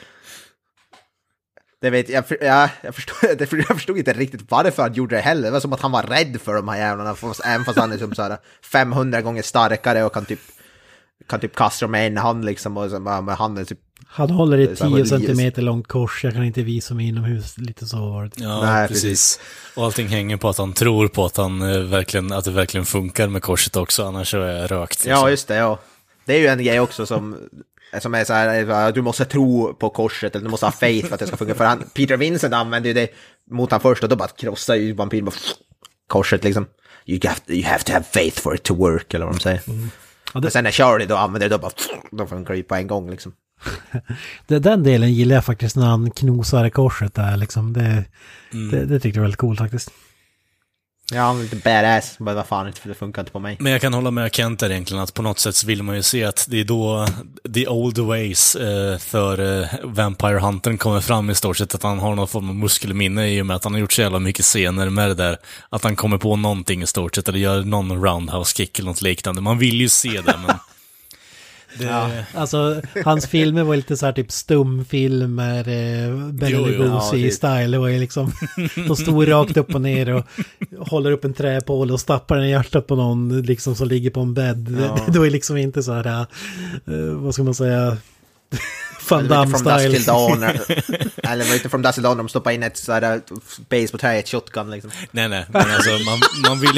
Det vet jag, jag, jag, förstod, jag förstod inte riktigt varför han gjorde det heller. Det var som att han var rädd för de här jävlarna, även fast han är som så här femhundra gånger starkare och kan typ kan typ kasta dem med en hand liksom, och så med handen typ. Han håller ett tio centimeter långt kors, jag kan inte visa mig inomhus, lite så var det. Ja, nej, precis. precis. Och allting hänger på att han tror på att, han, eh, verkligen, att det verkligen funkar med korset också, annars så är jag rökt. Liksom. Ja, just det, ja. Det är ju en grej också som, som är så här, du måste tro på korset, eller du måste ha faith för att det ska funka. För han, Peter Vincent använde ju det mot han först, och då bara krossar ju vampyren bara korset liksom. You have, to, you have to have faith for it to work, eller vad de säger. Mm. Ja, det... Men sen när Charlie då använder det, då bara, då funkar det på en gång liksom. det, den delen gillar jag faktiskt när han knosar i korset där liksom. Det, mm. det, det tyckte jag var väldigt coolt faktiskt. Ja, lite badass, men vad fan, det funkar inte på mig. Men jag kan hålla med Kent där egentligen, att på något sätt så vill man ju se att det är då the old ways eh, för eh, Vampire Hunter kommer fram i stort sett, att han har någon form av muskelminne i och med att han har gjort så jävla mycket scener med det där, att han kommer på någonting i stort sett, eller gör någon roundhouse kick eller något liknande. Man vill ju se det, men det... Ja. Alltså, hans filmer var lite så här typ stumfilmer, eh, Bela Lugosi-style. Det var ju liksom, de stod rakt upp och ner och håller upp en träpål och stappar den i hjärtat på någon liksom som ligger på en bädd. Ja. Det, det var ju liksom inte så här, eh, vad ska man säga, Van Damme-style. Eller var inte From Dusk Till Dawn, de stoppar in ett så här baseball-trä i ett shotgun liksom. Nej, nej, men alltså man, man vill...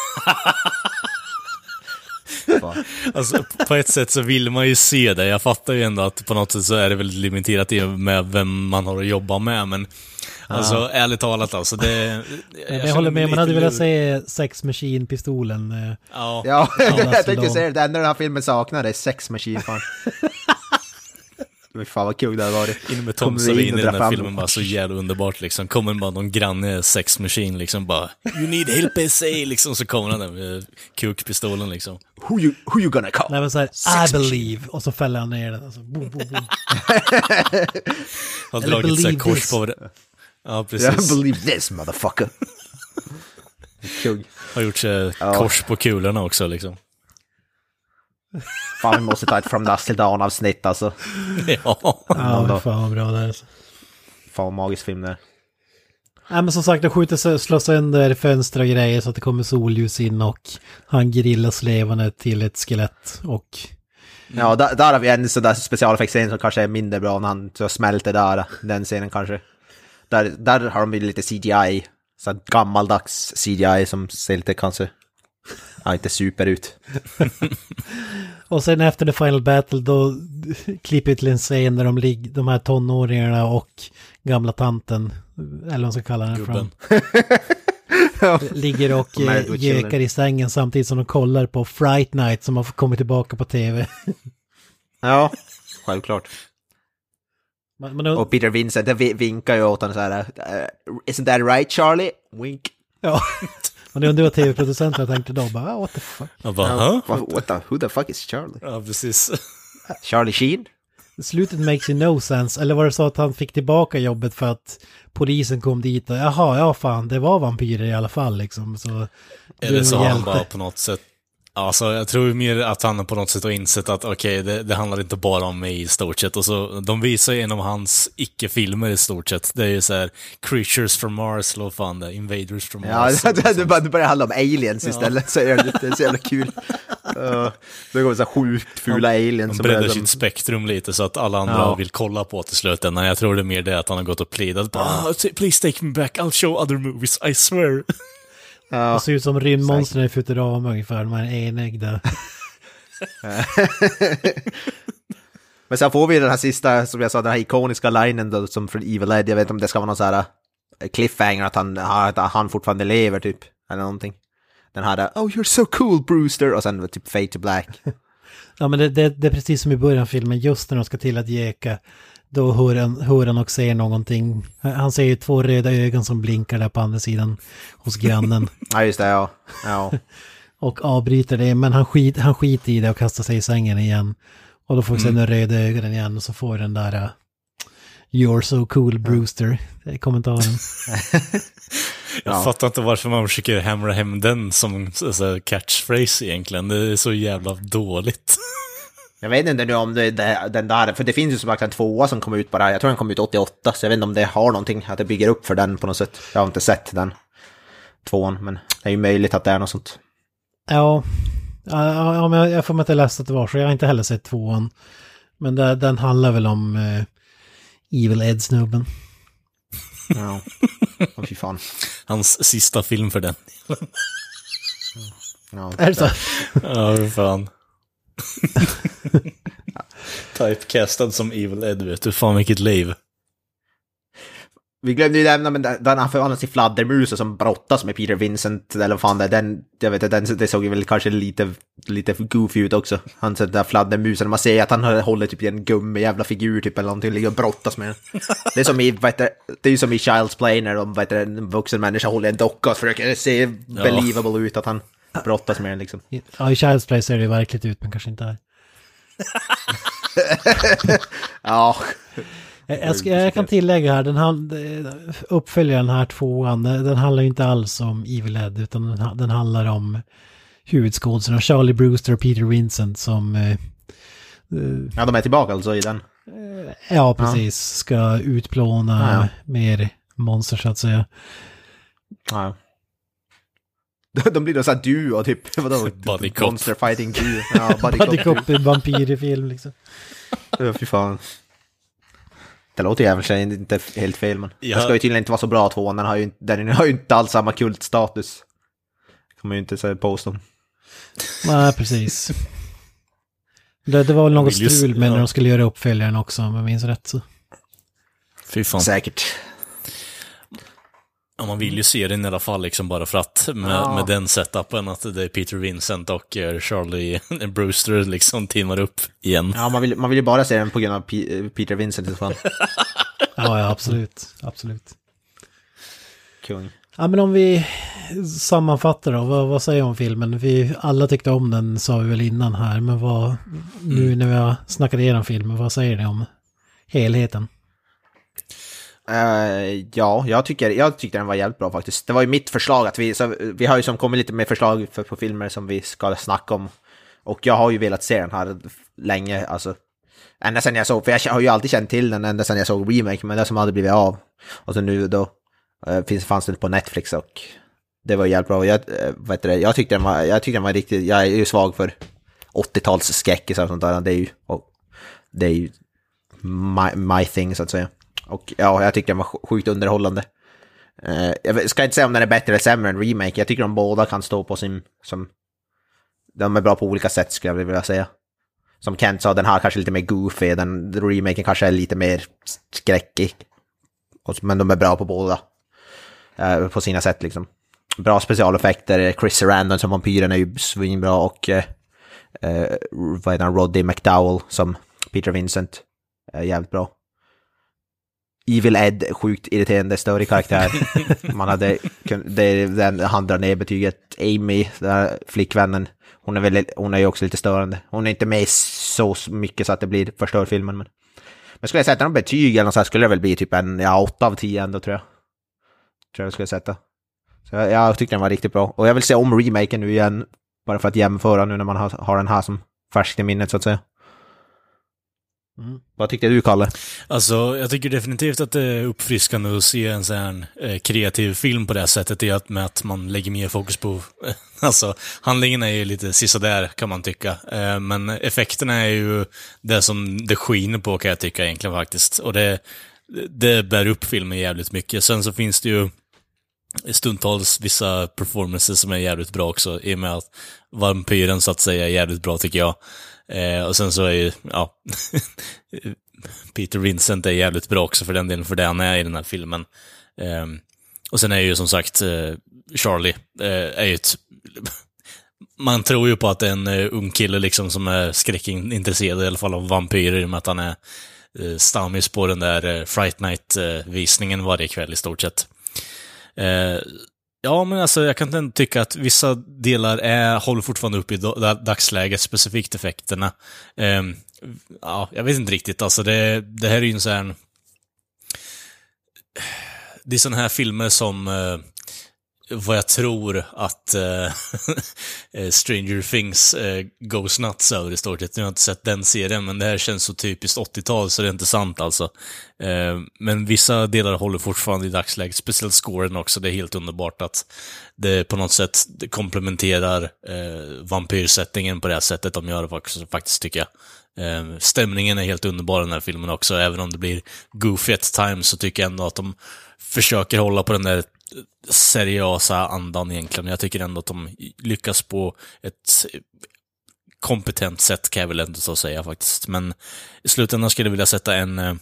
Alltså, på ett sätt så vill man ju se det. Jag fattar ju ändå att på något sätt så är det väldigt limiterat med vem man har att jobba med, men ja. Alltså ärligt talat alltså det, jag, jag håller med, man hade velat se Sex Machine-pistolen. Ja, ja. Jag tänkte säga det, enda den här filmen saknar är Sex Machine fan. Men fan vad kul det hade varit. In med Tom Savini i den här filmen bara så jävla underbart liksom. Kommer bara någon granne Sex Machine liksom bara you need help I say liksom, så kommer han där med kukpistolen liksom. Who you, who you gonna call? Nej men såhär, I believe machine. Och så fäller han ner den alltså, boom, boom, boom. Har dragit såhär kors på det. Ja precis. Yeah, I believe this motherfucker. Kul. Har gjort sig ja. Kors på kulorna också liksom. Fan, vi måste ta ett From Dusk Till Dawn avsnitt alltså. Ja, ja fan vad bra det är alltså. Fan vad magisk film det är. Nej men som sagt, de skjuter, slår sönder fönster och grejer så att det kommer solljus in och han grillas levande till ett skelett och... Ja, där, där har vi en sån där specialeffektscen som kanske är mindre bra när han så smälter där, den scenen kanske. Där, där har de lite C G I, så gammaldags C G I som ser lite kanske... Ja, inte super ut. Och sen efter The Final Battle då klipper vi till en scen där de, lig- de här tonåringarna och gamla tanten, eller vad man ska kalla den fram, ligger och gökar i sängen samtidigt som de kollar på Fright Night som har kommit tillbaka på tv. Ja, självklart. Man, man, och Peter Vincent vinkar ju åt honom så här, uh, isn't that right Charlie? Wink. Ja. Men det undrar vad tv-producenten tänkte då, bara, what the fuck? Jag bara, huh? What, what the, who the fuck is Charlie? Ja, precis. Charlie Sheen? Slutet makes you no sense. Eller var det så att han fick tillbaka jobbet för att polisen kom dit och, jaha, ja fan, det var vampyrer i alla fall liksom. Så, eller så har han bara på något sätt Alltså, jag tror mer att han på något sätt har insett att okej, okay, det, det handlar inte bara om mig i stort sett. Och så, de visar ju en av hans icke-filmer i stort sett. Det är ju så här Creatures from Mars, eller vad fan det är, Invaders from Mars. Ja, det, det, det börjar handla om aliens istället, ja. Så är det, det är så jävla kul. Uh, det går så sjukt fula aliens. De breddar sitt spektrum lite så att alla andra ja. vill kolla på till slut. Nej, jag tror det är mer det att han har gått och plidat. Ah, please take me back, I'll show other movies, I swear. Ja. Det ser ut som rymdmonstren i Futurama ungefär, de här enägda. Men sen får vi den här sista, som jag sa, den här ikoniska linen då, som från Evil Ed. Jag vet inte om det ska vara någon så här cliffhanger att han, att han fortfarande lever typ, eller någonting. Den här, oh you're so cool Brewster, och sen typ fade to black. Ja, men det, det, det är precis som i början av filmen, just när de ska till att geka. Då hör han, hör han och ser någonting. Han ser ju två röda ögon som blinkar där på andra sidan hos grannen. Ja, just det, ja. ja. Och avbryter det, men han, skit, han skiter i det och kastar sig i sängen igen. Och då får vi se mm. den röda ögonen igen och så får den där uh, you're so cool Brewster, det är kommentaren. Jag ja. fattar inte varför man försöker hamra hem den som alltså, catchphrase egentligen. Det är så jävla dåligt. Jag vet inte nu om det, det, den där, för det finns ju som sagt en tvåa som kom ut bara, jag tror den kom ut åttioåtta, så jag vet inte om det har någonting, att det bygger upp för den på något sätt. Jag har inte sett den tvåan, men det är ju möjligt att det är något sånt. Ja, ja men jag får mig inte läsa att det var så, jag har inte heller sett tvåan. Men det, den handlar väl om uh, Evil Ed-snubben. Ja, oh, fy fan. Hans sista film för den. Ja, är det så? Ja, fy fan. Typecastad som Evil Ed, vet du, fan vilket liv. Vi glömde ju nämna, men den han förvandlas till fladdermus som brottas med Peter Vincent, eller vad fan det är, den, jag vet, den, det såg ju väl kanske lite, lite goofy ut också. Han sätter där fladdermusen, man ser att han håller typ i en gummi jävla figur typ eller någonting, ligger och brottas med den. Det är som i, vet du, det är ju som i Child's Play när de, vet du, en vuxen människa håller en docka och försöker se believable ut att han brottas med den liksom. Ja, i Child's Play ser det verkligt ut, men kanske inte här. Ja. Jag, ska, jag kan tillägga här, den här, uppföljaren här tvåan, den handlar ju inte alls om Evil Ed, utan den, den handlar om huvudskådespelarna Charlie Brewster och Peter Vincent som... Uh, ja, de är tillbaka alltså i den. Uh, ja, precis. Ja. Ska utplåna ja, ja. mer monster så att säga. Ja. De blir då såhär duo, typ. Vadå? Body cop. Monster fighting duo. Ja, body, body cop i vampyrfilm liksom. Ja, fy fan. Det låter jävligt inte helt fel, men ja. Det ska ju tydligen inte vara så bra tvåan. Den har ju, den har ju inte alls samma kultstatus. Det kommer ju inte säga påstå. Nej, precis. Det, det var väl något strul med ja. när de skulle göra uppföljaren också, om jag minns rätt så. Fy fan. Säkert. Ja, man vill ju se den i alla fall liksom bara för att med, ja. med den setupen att det är Peter Vincent och Charlie Brewster liksom teamar upp igen. Ja, man vill, man vill ju bara se den på grund av P- Peter Vincent i så fall. Ja, ja, absolut. Absolut. Kung. Ja, men om vi sammanfattar då, vad, vad säger jag om filmen? Vi alla tyckte om den, sa vi väl innan här, men vad, nu mm. när vi har snackat igenom filmen, vad säger ni om helheten? Uh, ja, jag tycker, jag tycker den var jävligt bra faktiskt. Det var ju mitt förslag att vi, så, vi har ju som kommit lite med förslag för, på filmer som vi ska snacka om. Och jag har ju velat se den här länge, alltså. Ända sen jag såg, för jag har ju alltid känt till den ända sen jag såg remake, men det som hade blivit av. Och så nu då uh, finns, fanns det på Netflix och det var jävligt bra. Jag, uh, vet du, jag tyckte den var, jag tyckte den var riktigt, jag är ju svag för åttio-tals skräckisar och sånt där. Det är ju, och, det är ju my, my thing så att säga. Och ja, jag tycker den var sjukt underhållande. Uh, jag ska inte säga om den är bättre eller sämre än remake. Jag tycker de båda kan stå på sin... Som, de är bra på olika sätt skulle jag vilja säga. Som Kent sa, den här kanske lite mer goofy. Den remaken kanske är lite mer skräckig. Men de är bra på båda. Uh, på sina sätt liksom. Bra specialeffekter. Chris Sarandon som vampyren är ju svinbra. Och uh, uh, vad heter han? Roddy McDowell som Peter Vincent. Uh, jävligt bra. Evil Ed, sjukt irriterande, större karaktär. Man hade, det, den, han drar ner betyget. Amy, där flickvännen, hon är, väl, hon är ju också lite störande. Hon är inte med så mycket så att det blir förstör filmen. Men, men skulle jag sätta någon betyg eller något så här, skulle det väl bli typ en ja, åtta av tio ändå tror jag. Tror jag skulle sätta. Så jag, jag tyckte den var riktigt bra. Och jag vill se om remaken nu igen. Bara för att jämföra nu när man har, har den här som färskt i minnet så att säga. Mm. Vad tyckte du, Kalle? Alltså, jag tycker definitivt att det är uppfriskande att se en sån här eh, kreativ film på det här sättet, är att med att man lägger mer fokus på eh, alltså, handlingen är ju lite sista där kan man tycka, eh, men effekterna är ju det som det skiner på, kan jag tycka egentligen faktiskt, och det, det bär upp filmen jävligt mycket. Sen så finns det ju stundtals vissa performances som är jävligt bra också, i och med att vampyren så att säga är jävligt bra tycker jag. Eh, och sen så är ju, ja, Peter Vincent är jävligt bra också för den delen, för det han är i den här filmen. Eh, och sen är ju som sagt eh, Charlie eh, är ju ett man tror ju på att det är en uh, ung kille liksom som är skräckintresserad i alla fall av vampyrer, i och med att han är uh, stammis på den där uh, Fright Night-visningen uh, varje kväll i stort sett. Uh, Ja, men alltså jag kan inte tycka att vissa delar är, håller fortfarande upp i dagsläget, specifikt effekterna. Um, ja, jag vet inte riktigt. Alltså det, det här är ju en sån här... Det är såna här filmer som... Uh, vad jag tror att uh, Stranger Things uh, goes nuts över i stort sett. Nu har jag inte sett den serien, men det här känns så typiskt åttiotal så det är inte sant alltså. Uh, men vissa delar håller fortfarande i dagsläget, speciellt scoren också. Det är helt underbart att det på något sätt det komplementerar uh, vampyrsättningen på det här sättet de gör faktiskt, faktiskt tycker jag. Uh, stämningen är helt underbar i den här filmen också, även om det blir goofy at times så tycker jag ändå att de försöker hålla på den där seriösa andan egentligen. Jag tycker ändå att de lyckas på ett kompetent sätt, kan jag väl ändå så säga faktiskt. Men i slutändan skulle jag vilja sätta en eh,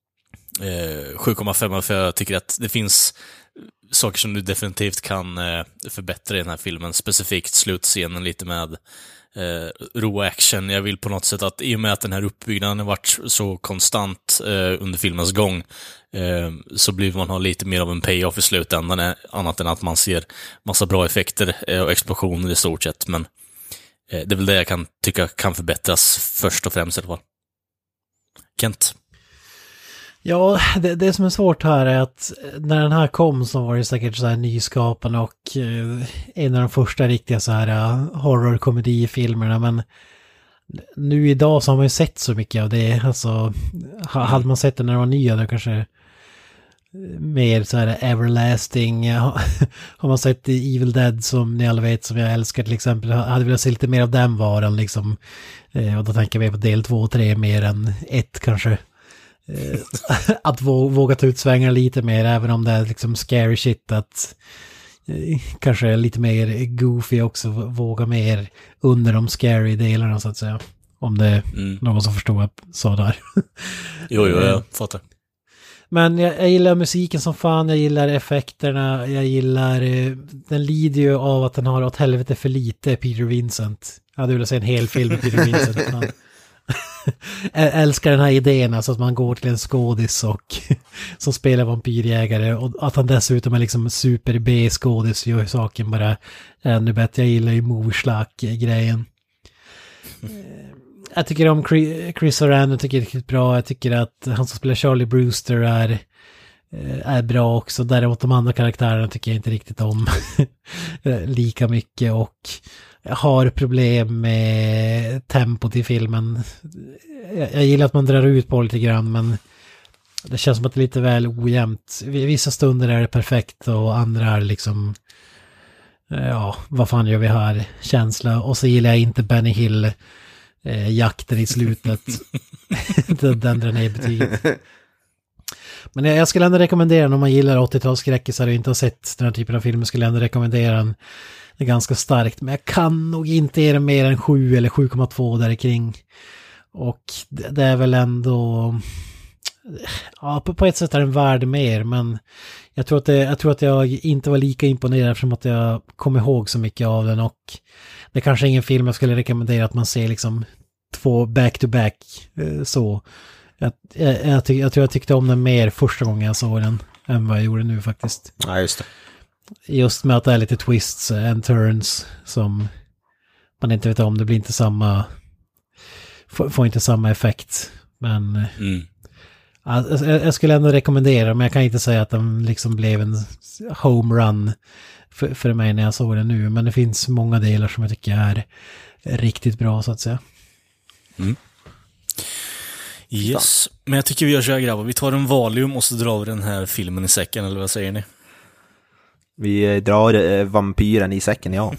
sju komma fem, för jag tycker att det finns saker som du definitivt kan eh, förbättra i den här filmen. Specifikt slutscenen lite med eh, ro action. Jag vill på något sätt att i och med att den här uppbyggnaden har varit så konstant eh, under filmens gång eh, så blir man ha lite mer av en payoff i slutändan, eh, annat än att man ser massa bra effekter eh, och explosioner i stort sett. Men eh, det är väl det jag kan tycka kan förbättras först och främst i alla fall. Kent? Ja, det, det som är svårt här är att när den här kom så var det säkert så här nyskapande och eh, en av de första riktiga så här uh, horror-komedifilmerna, men nu idag så har man ju sett så mycket av det. Alltså, hade man sett det när det var nya då kanske mer så här everlasting. Har man sett Evil Dead som ni alla vet, som jag älskar till exempel, hade velat se lite mer av den varan liksom. Eh, och då tänker vi på del två och tre mer än ett kanske. Att våga ta ut svängar lite mer, även om det är liksom scary shit, att eh, kanske lite mer goofy också, våga mer under de scary delarna så att säga, om det är mm. någon som förstår vad jag sa där. Jo, jo, jag fattar. Men jag, jag gillar musiken som fan, jag gillar effekterna, jag gillar, eh, den lider ju av att den har åt helvete för lite Peter Vincent. Jag hade velat se en hel film med Peter Vincent. Han jag älskar den här idén, alltså att man går till en skådis och som spelar vampyrjägare, och att han dessutom är liksom super B-skådis gör saken bara ännu bättre. Jag gillar ju Movieslack-grejen. Jag tycker om Chris Sarandon, jag tycker det är riktigt bra. Jag tycker att han som spelar Charlie Brewster är, är bra också. Däremot de andra karaktärerna tycker jag inte riktigt om lika mycket, och jag har problem med tempot i filmen. Jag, jag gillar att man drar ut på lite grann, men det känns som att det är lite väl ojämnt. Vissa stunder är det perfekt och andra är liksom, ja, vad fan gör vi här? Känsla. Och så gillar jag inte Benny Hill eh, jakten i slutet. den, den drar ner betyget. Men jag, jag skulle ändå rekommendera den om man gillar åttiotalsskräckisar och inte har sett den här typen av filmer, skulle jag ändå rekommendera den. Det är ganska starkt, men jag kan nog inte ge det mer än sju eller sju komma två där kring. Och det, det är väl ändå, ja, på, på ett sätt är den värd mer, men jag tror att det, jag tror att jag inte var lika imponerad eftersom att jag kom ihåg så mycket av den, och det är kanske ingen film jag skulle rekommendera att man ser liksom två back to back så. Jag, jag, jag, tyck, jag tror jag tyckte om den mer första gången jag såg den än vad jag gjorde nu faktiskt. Ja, just det. Just med att det är lite twists and turns som man inte vet om, det blir inte samma, får, får inte samma effekt, men mm. jag, jag skulle ändå rekommendera, men jag kan inte säga att den liksom blev en home run för, för mig när jag såg det nu. Men det finns många delar som jag tycker är riktigt bra så att säga. Mm. Yes, men jag tycker vi gör så här grabbar. Vi tar en Valium och så drar vi den här filmen i säcken, eller vad säger ni? Vi drar eh, vampyren i säcken, ja.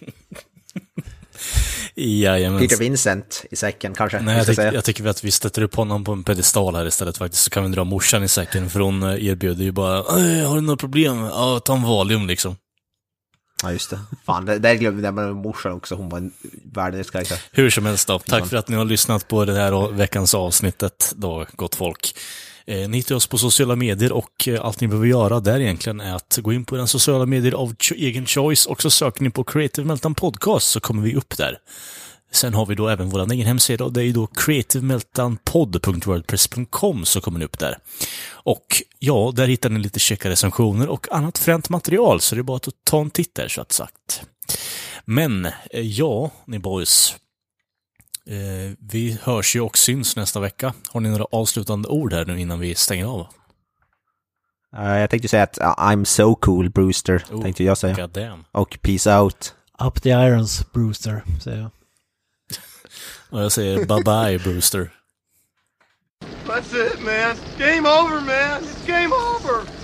Jajamän. Peter Vincent i säcken kanske. Nej, jag, tyck, jag tycker vi att vi sätter upp honom på en pedestal här istället faktiskt. Så kan vi dra morsan i säcken, för hon erbjuder ju bara, har du några problem? Ja, ta en Valium liksom. Ja, just det. Fan, det, där glömde jag med morsan också. Hon var en världens karaktär. Hur som helst då. Tack för att ni har lyssnat på det här veckans avsnittet då, gott folk. Eh, ni hittar oss på sociala medier och eh, allt ni behöver göra där egentligen är att gå in på den sociala medier av ch- egen choice och så söker ni på Creative Meltdown Podcast så kommer vi upp där. Sen har vi då även vår egen hemsida och det är då creative meltdown pod punkt wordpress punkt com så kommer ni upp där. Och ja, där hittar ni lite checka recensioner och annat fränt material så det är bara att ta en titt där så att sagt. Men eh, ja, ni boys. Eh, vi hörs ju och syns nästa vecka. Har ni några avslutande ord här nu innan vi stänger av? Uh, jag tänkte säga att uh, I'm so cool, Brewster, oh, tänkte jag säga. God damn. Och peace out. Up the irons, Brewster, säger jag. Och jag säger bye bye, Brewster. That's it, man. Game over, man. It's game over.